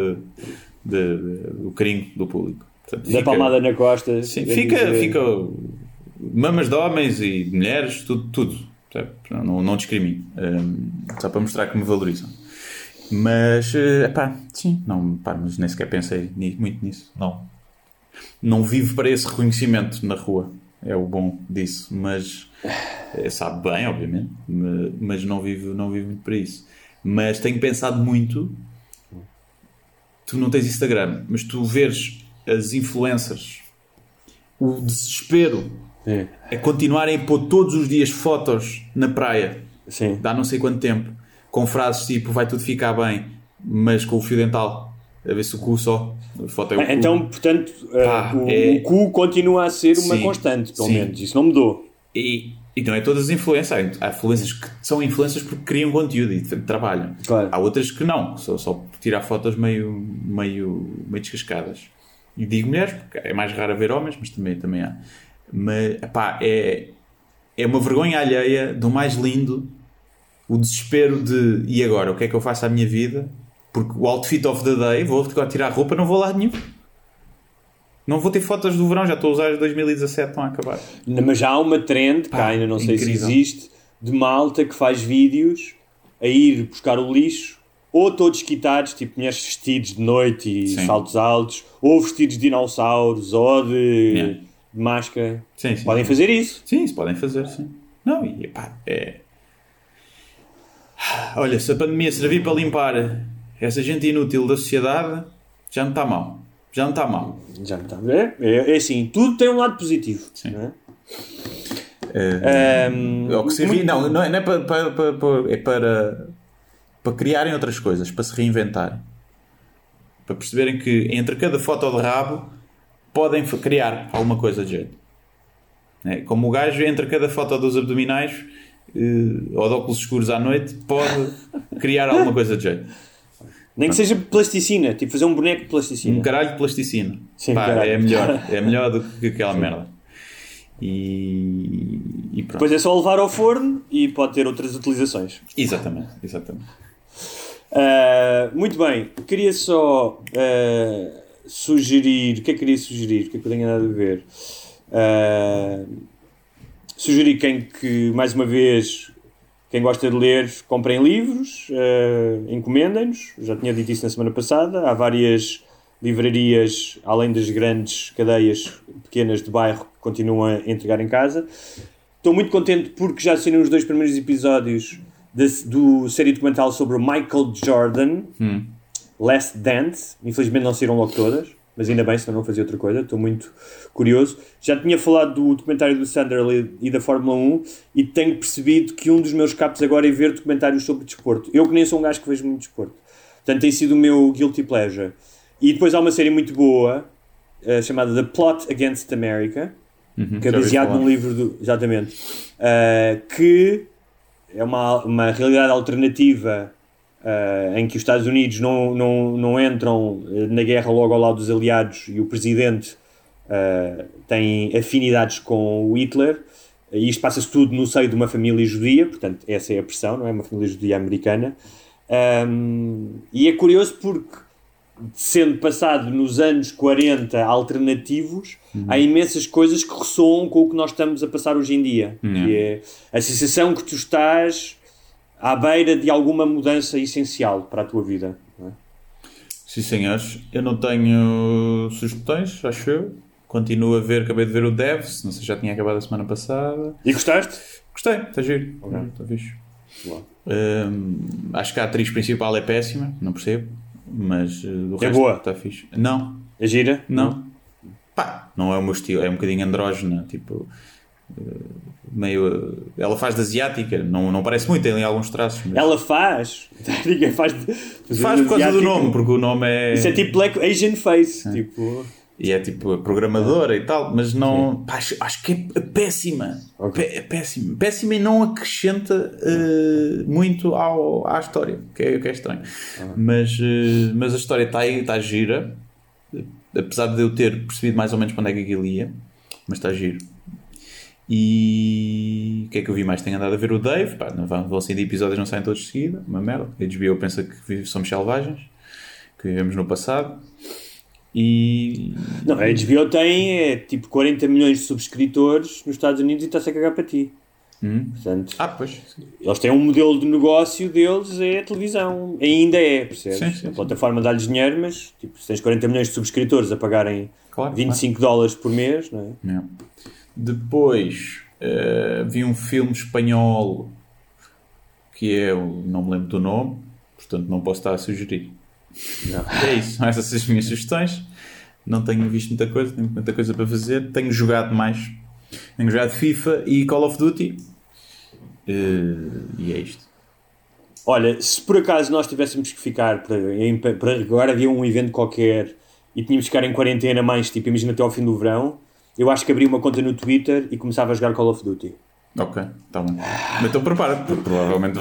do carinho do público. Portanto, da palmada na costa. Sim, fica mamas de homens e de mulheres, tudo. Não discrimino. Só para mostrar que me valorizam. Mas, sim, mas nem sequer pensei muito nisso. Não vivo para esse reconhecimento na rua. É o bom disso. Mas, sabe bem, obviamente, mas não vivo muito para isso. Mas tenho pensado muito. Tu não tens Instagram, mas tu vês as influencers, o desespero a continuarem a pôr todos os dias fotos na praia. Sim. Dá não sei quanto tempo, com frases tipo vai tudo ficar bem, mas com o fio dental, a ver se o cu só. A foto é o cu. Então, portanto, o cu continua a ser uma constante, pelo menos. Isso não mudou. E não é todas as influências. Há influências que são influências porque criam conteúdo e trabalham. Claro. Há outras que não, só tirar fotos meio descascadas. E digo mulheres porque é mais raro ver homens, mas também há. Mas é uma vergonha alheia do mais lindo, o desespero de e agora, o que é que eu faço à minha vida? Porque o outfit of the day, vou tirar a roupa, não vou lá nenhum. Não vou ter fotos do verão, já estou a usar as 2017, estão a acabar. Mas já há uma trend, que ainda não sei se existe, de malta que faz vídeos a ir buscar o lixo, ou todos quitados, tipo mulheres vestidos de noite e saltos altos, ou vestidos de dinossauros, ou de máscara. Sim, podem fazer isso. Sim, isso podem fazer, sim. Não, e olha, se a pandemia servir para limpar essa gente inútil da sociedade, já não está mal. Já não está mal. É assim, tudo tem um lado positivo. Sim. Não é? O que servir, não é para criarem outras coisas, para se reinventarem. Para perceberem que entre cada foto de rabo podem criar alguma coisa de jeito. Como o gajo, entre cada foto dos abdominais ou de óculos escuros à noite, pode criar alguma coisa de jeito. Nem que seja plasticina, tipo fazer um boneco de plasticina. Um caralho de plasticina. Sim, é melhor do que aquela merda. E pronto. Depois é só levar ao forno e pode ter outras utilizações. Exatamente. Muito bem, queria só sugerir. O que é que queria sugerir? O que é que eu tenho andado a ver? Sugerir que, mais uma vez, quem gosta de ler, comprem livros, encomendem-nos. Já tinha dito isso na semana passada. Há várias livrarias, além das grandes cadeias pequenas de bairro, que continuam a entregar em casa. Estou muito contente porque já saíram os 2 primeiros episódios do série documental sobre o Michael Jordan, Last Dance. Infelizmente não saíram logo todas, mas ainda bem, senão não fazia outra coisa. Estou muito curioso. Já tinha falado do documentário do Sunderland e da Fórmula 1 e tenho percebido que um dos meus capos agora é ver documentários sobre desporto. Eu que nem sou um gajo que vejo muito desporto. Portanto, tem sido o meu guilty pleasure. E depois há uma série muito boa chamada The Plot Against America, que é baseado num livro exatamente, que é uma realidade alternativa em que os Estados Unidos não entram na guerra logo ao lado dos aliados e o presidente tem afinidades com o Hitler, e isto passa-se tudo no seio de uma família judia, portanto essa é a pressão, não é? Uma família judia americana, e é curioso porque sendo passado nos anos 40 alternativos, há imensas coisas que ressoam com o que nós estamos a passar hoje em dia. Que é a sensação que tu estás à beira de alguma mudança essencial para a tua vida. Não é? Sim, senhores. Eu não tenho sugestões, acho eu. Continuo a ver, acabei de ver o Devs, não sei se já tinha acabado a semana passada. E gostaste? Gostei, está giro. Está fixe. Acho que a atriz principal é péssima, não percebo, mas o resto boa? Está fixe. Não. É gira? Não. Pá, não é o meu estilo, é um bocadinho andrógena, tipo... meio... Ela faz de asiática, não parece muito, tem ali alguns traços. Mas... Ela faz? Faz por causa do nome, porque o nome é... Isso é tipo Black Asian Face, tipo... E é tipo programadora e tal, mas não... Pá, acho que é péssima. É péssima. Péssima e não acrescenta muito à história, que é estranho. Mas a história está gira, apesar de eu ter percebido mais ou menos para onde é que aquilo ia, mas está giro. E o que é que eu vi mais? Tenho andado a ver o Dave, pá, vão saindo episódios, não saem todos de seguida, uma merda. A HBO pensa que somos selvagens, que vivemos no passado. E... Não, a HBO tem tipo 40 milhões de subscritores nos Estados Unidos e está-se a cagar para ti. Portanto, pois. Eles têm um modelo de negócio deles, é a televisão. Ainda é, percebes? Sim. A plataforma dá-lhes dinheiro, mas tipo, se tens 40 milhões de subscritores a pagarem $25 por mês, não é? Não. Depois vi um filme espanhol que não me lembro do nome, portanto não posso estar a sugerir. Não. É isso, são essas as minhas sugestões. Não tenho visto muita coisa, tenho muita coisa para fazer. Tenho jogado mais. Tenho jogado FIFA e Call of Duty. E é isto. Olha, se por acaso nós tivéssemos que ficar para agora havia um evento qualquer e tínhamos que ficar em quarentena mais, tipo, imagina até ao fim do verão, eu acho que abria uma conta no Twitter e começava a jogar Call of Duty. Ok, está bem. Então prepara-te, porque provavelmente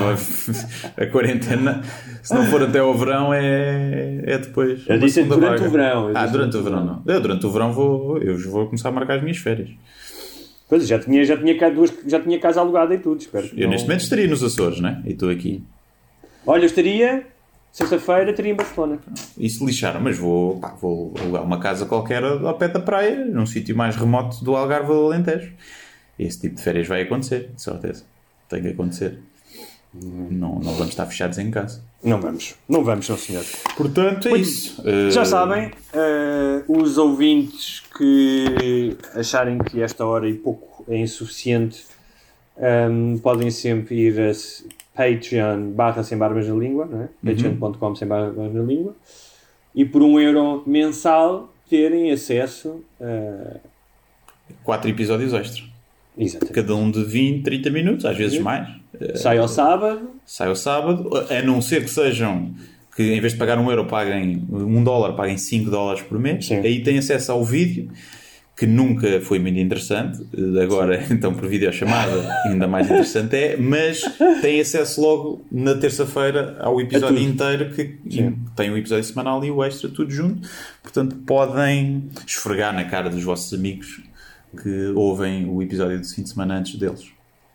a quarentena, se não for até ao verão, é depois. Eu disse durante o verão. Durante o verão não. Eu durante o verão vou começar a marcar as minhas férias. Pois, já tinha casa alugada e tudo, espero. Eu neste momento estaria nos Açores, né? E estou aqui. Olha, eu estaria, sexta-feira, estaria em Barcelona. E se lixaram, mas vou alugar uma casa qualquer ao pé da praia, num sítio mais remoto do Algarve ou do Alentejo. Esse tipo de férias vai acontecer, de certeza. Tem que acontecer. Não vamos estar fechados em casa. Não vamos, não senhor. Portanto, é isso. Já sabem, os ouvintes que acharem que esta hora e pouco é insuficiente, podem sempre ir a Patreon/Sem Barbas na Língua, não é? Patreon.com/Sem-Barbas na Língua, e por €1 mensal terem acesso a 4 episódios extra. Exatamente. Cada um de 20, 30 minutos, às vezes mais. Sai ao sábado. A não ser que sejam, que em vez de pagar €1 paguem $1, paguem $5 por mês. Sim. Aí têm acesso ao vídeo, que nunca foi muito interessante. Agora, então, por videochamada, ainda mais interessante é. Mas têm acesso logo na terça-feira ao episódio inteiro, que tem um episódio semanal e o extra, tudo junto. Portanto, podem esfregar na cara dos vossos amigos que ouvem o episódio de fim de semana antes deles.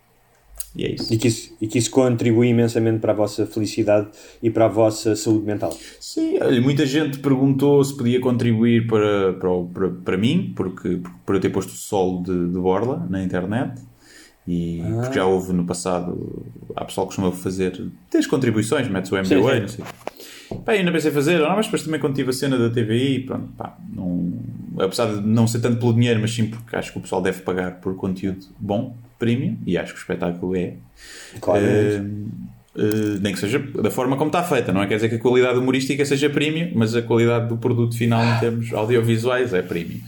E é isso. E que isso contribui imensamente para a vossa felicidade e para a vossa saúde mental. Sim, muita gente perguntou se podia contribuir para mim, porque por eu ter posto o solo de Borla na internet, e porque já houve no passado, há pessoal que costuma fazer, tem as contribuições, metes o MBA, não sei. Pá, ainda pensei em fazer, mas depois também quando tive a cena da TVI, pronto, pá, apesar de não ser tanto pelo dinheiro, mas sim porque acho que o pessoal deve pagar por conteúdo bom, premium, e acho que o espetáculo é. Claro. Nem que seja da forma como está feita, não é? Quer dizer que a qualidade humorística seja premium, mas a qualidade do produto final em termos audiovisuais é premium.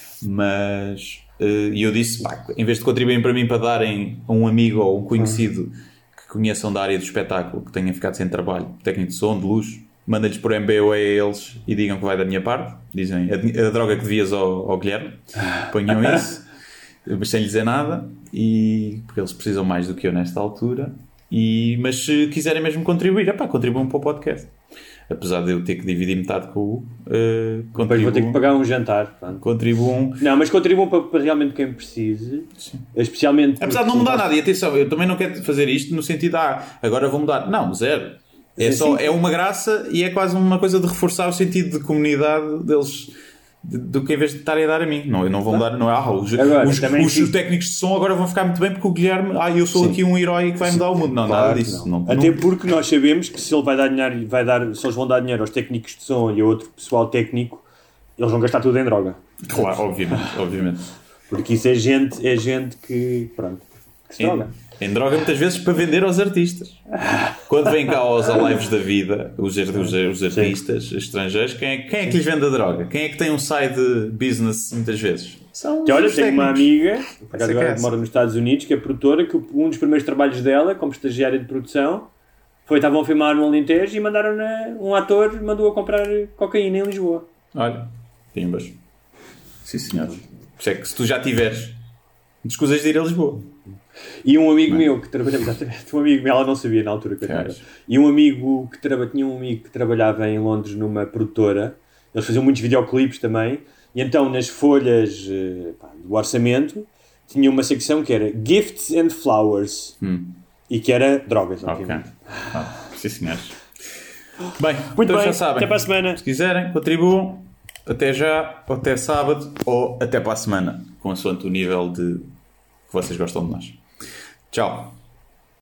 Mas eu disse, pá, em vez de contribuírem para mim para darem a um amigo ou um conhecido que conheçam da área do espetáculo, que tenha ficado sem trabalho, técnico de som, de luz, manda-lhes por MBA a eles e digam que vai da minha parte. Dizem a droga que devias ao Guilherme, ponham isso, mas sem lhe dizer nada, porque eles precisam mais do que eu nesta altura. Mas se quiserem mesmo contribuir, contribuam para o podcast. Apesar de eu ter que dividir metade com o depois vou ter que pagar um jantar. Contribuam. Não, mas contribuam para realmente quem precise. Sim. Especialmente. Apesar de não mudar nada. E atenção, eu também não quero fazer isto no sentido agora vou mudar. Não, zero. É uma graça e é quase uma coisa de reforçar o sentido de comunidade deles, do que em vez de estarem a dar a mim. Não vão dar, não é? Os técnicos de som agora vão ficar muito bem porque o Guilherme, eu sou aqui um herói que vai mudar o mundo. Não, nada disso. Não. Até porque nós sabemos que se ele vai dar dinheiro, se eles vão dar dinheiro aos técnicos de som e a outro pessoal técnico, eles vão gastar tudo em droga. Claro, obviamente. Porque isso é gente que se droga. Em droga muitas vezes para vender aos artistas. Quando vêm cá aos lives da vida, os artistas estrangeiros, quem é que lhes vende a droga? Quem é que tem um side business muitas vezes? Tenho uma amiga que agora mora nos Estados Unidos, que é produtora, que um dos primeiros trabalhos dela, como estagiária de produção, estavam a filmar no Alentejo e mandaram um ator mandou-a comprar cocaína em Lisboa. Olha, pimbas. Sim, senhor. Por isso é que se tu já tiveres, descusas de ir a Lisboa. E um amigo meu que trabalhava, ela não sabia na altura que eu estava. E tinha um amigo que trabalhava em Londres numa produtora. Eles faziam muitos videoclipes também. E então nas folhas do orçamento tinha uma secção que era Gifts and Flowers e que era drogas, obviamente. Sim, senhores. Bem, muito bem, já sabem. até para a semana. Se quiserem, contribuam. Até já, ou até sábado, ou até para a semana, consoante o nível de que vocês gostam de nós. Tchau.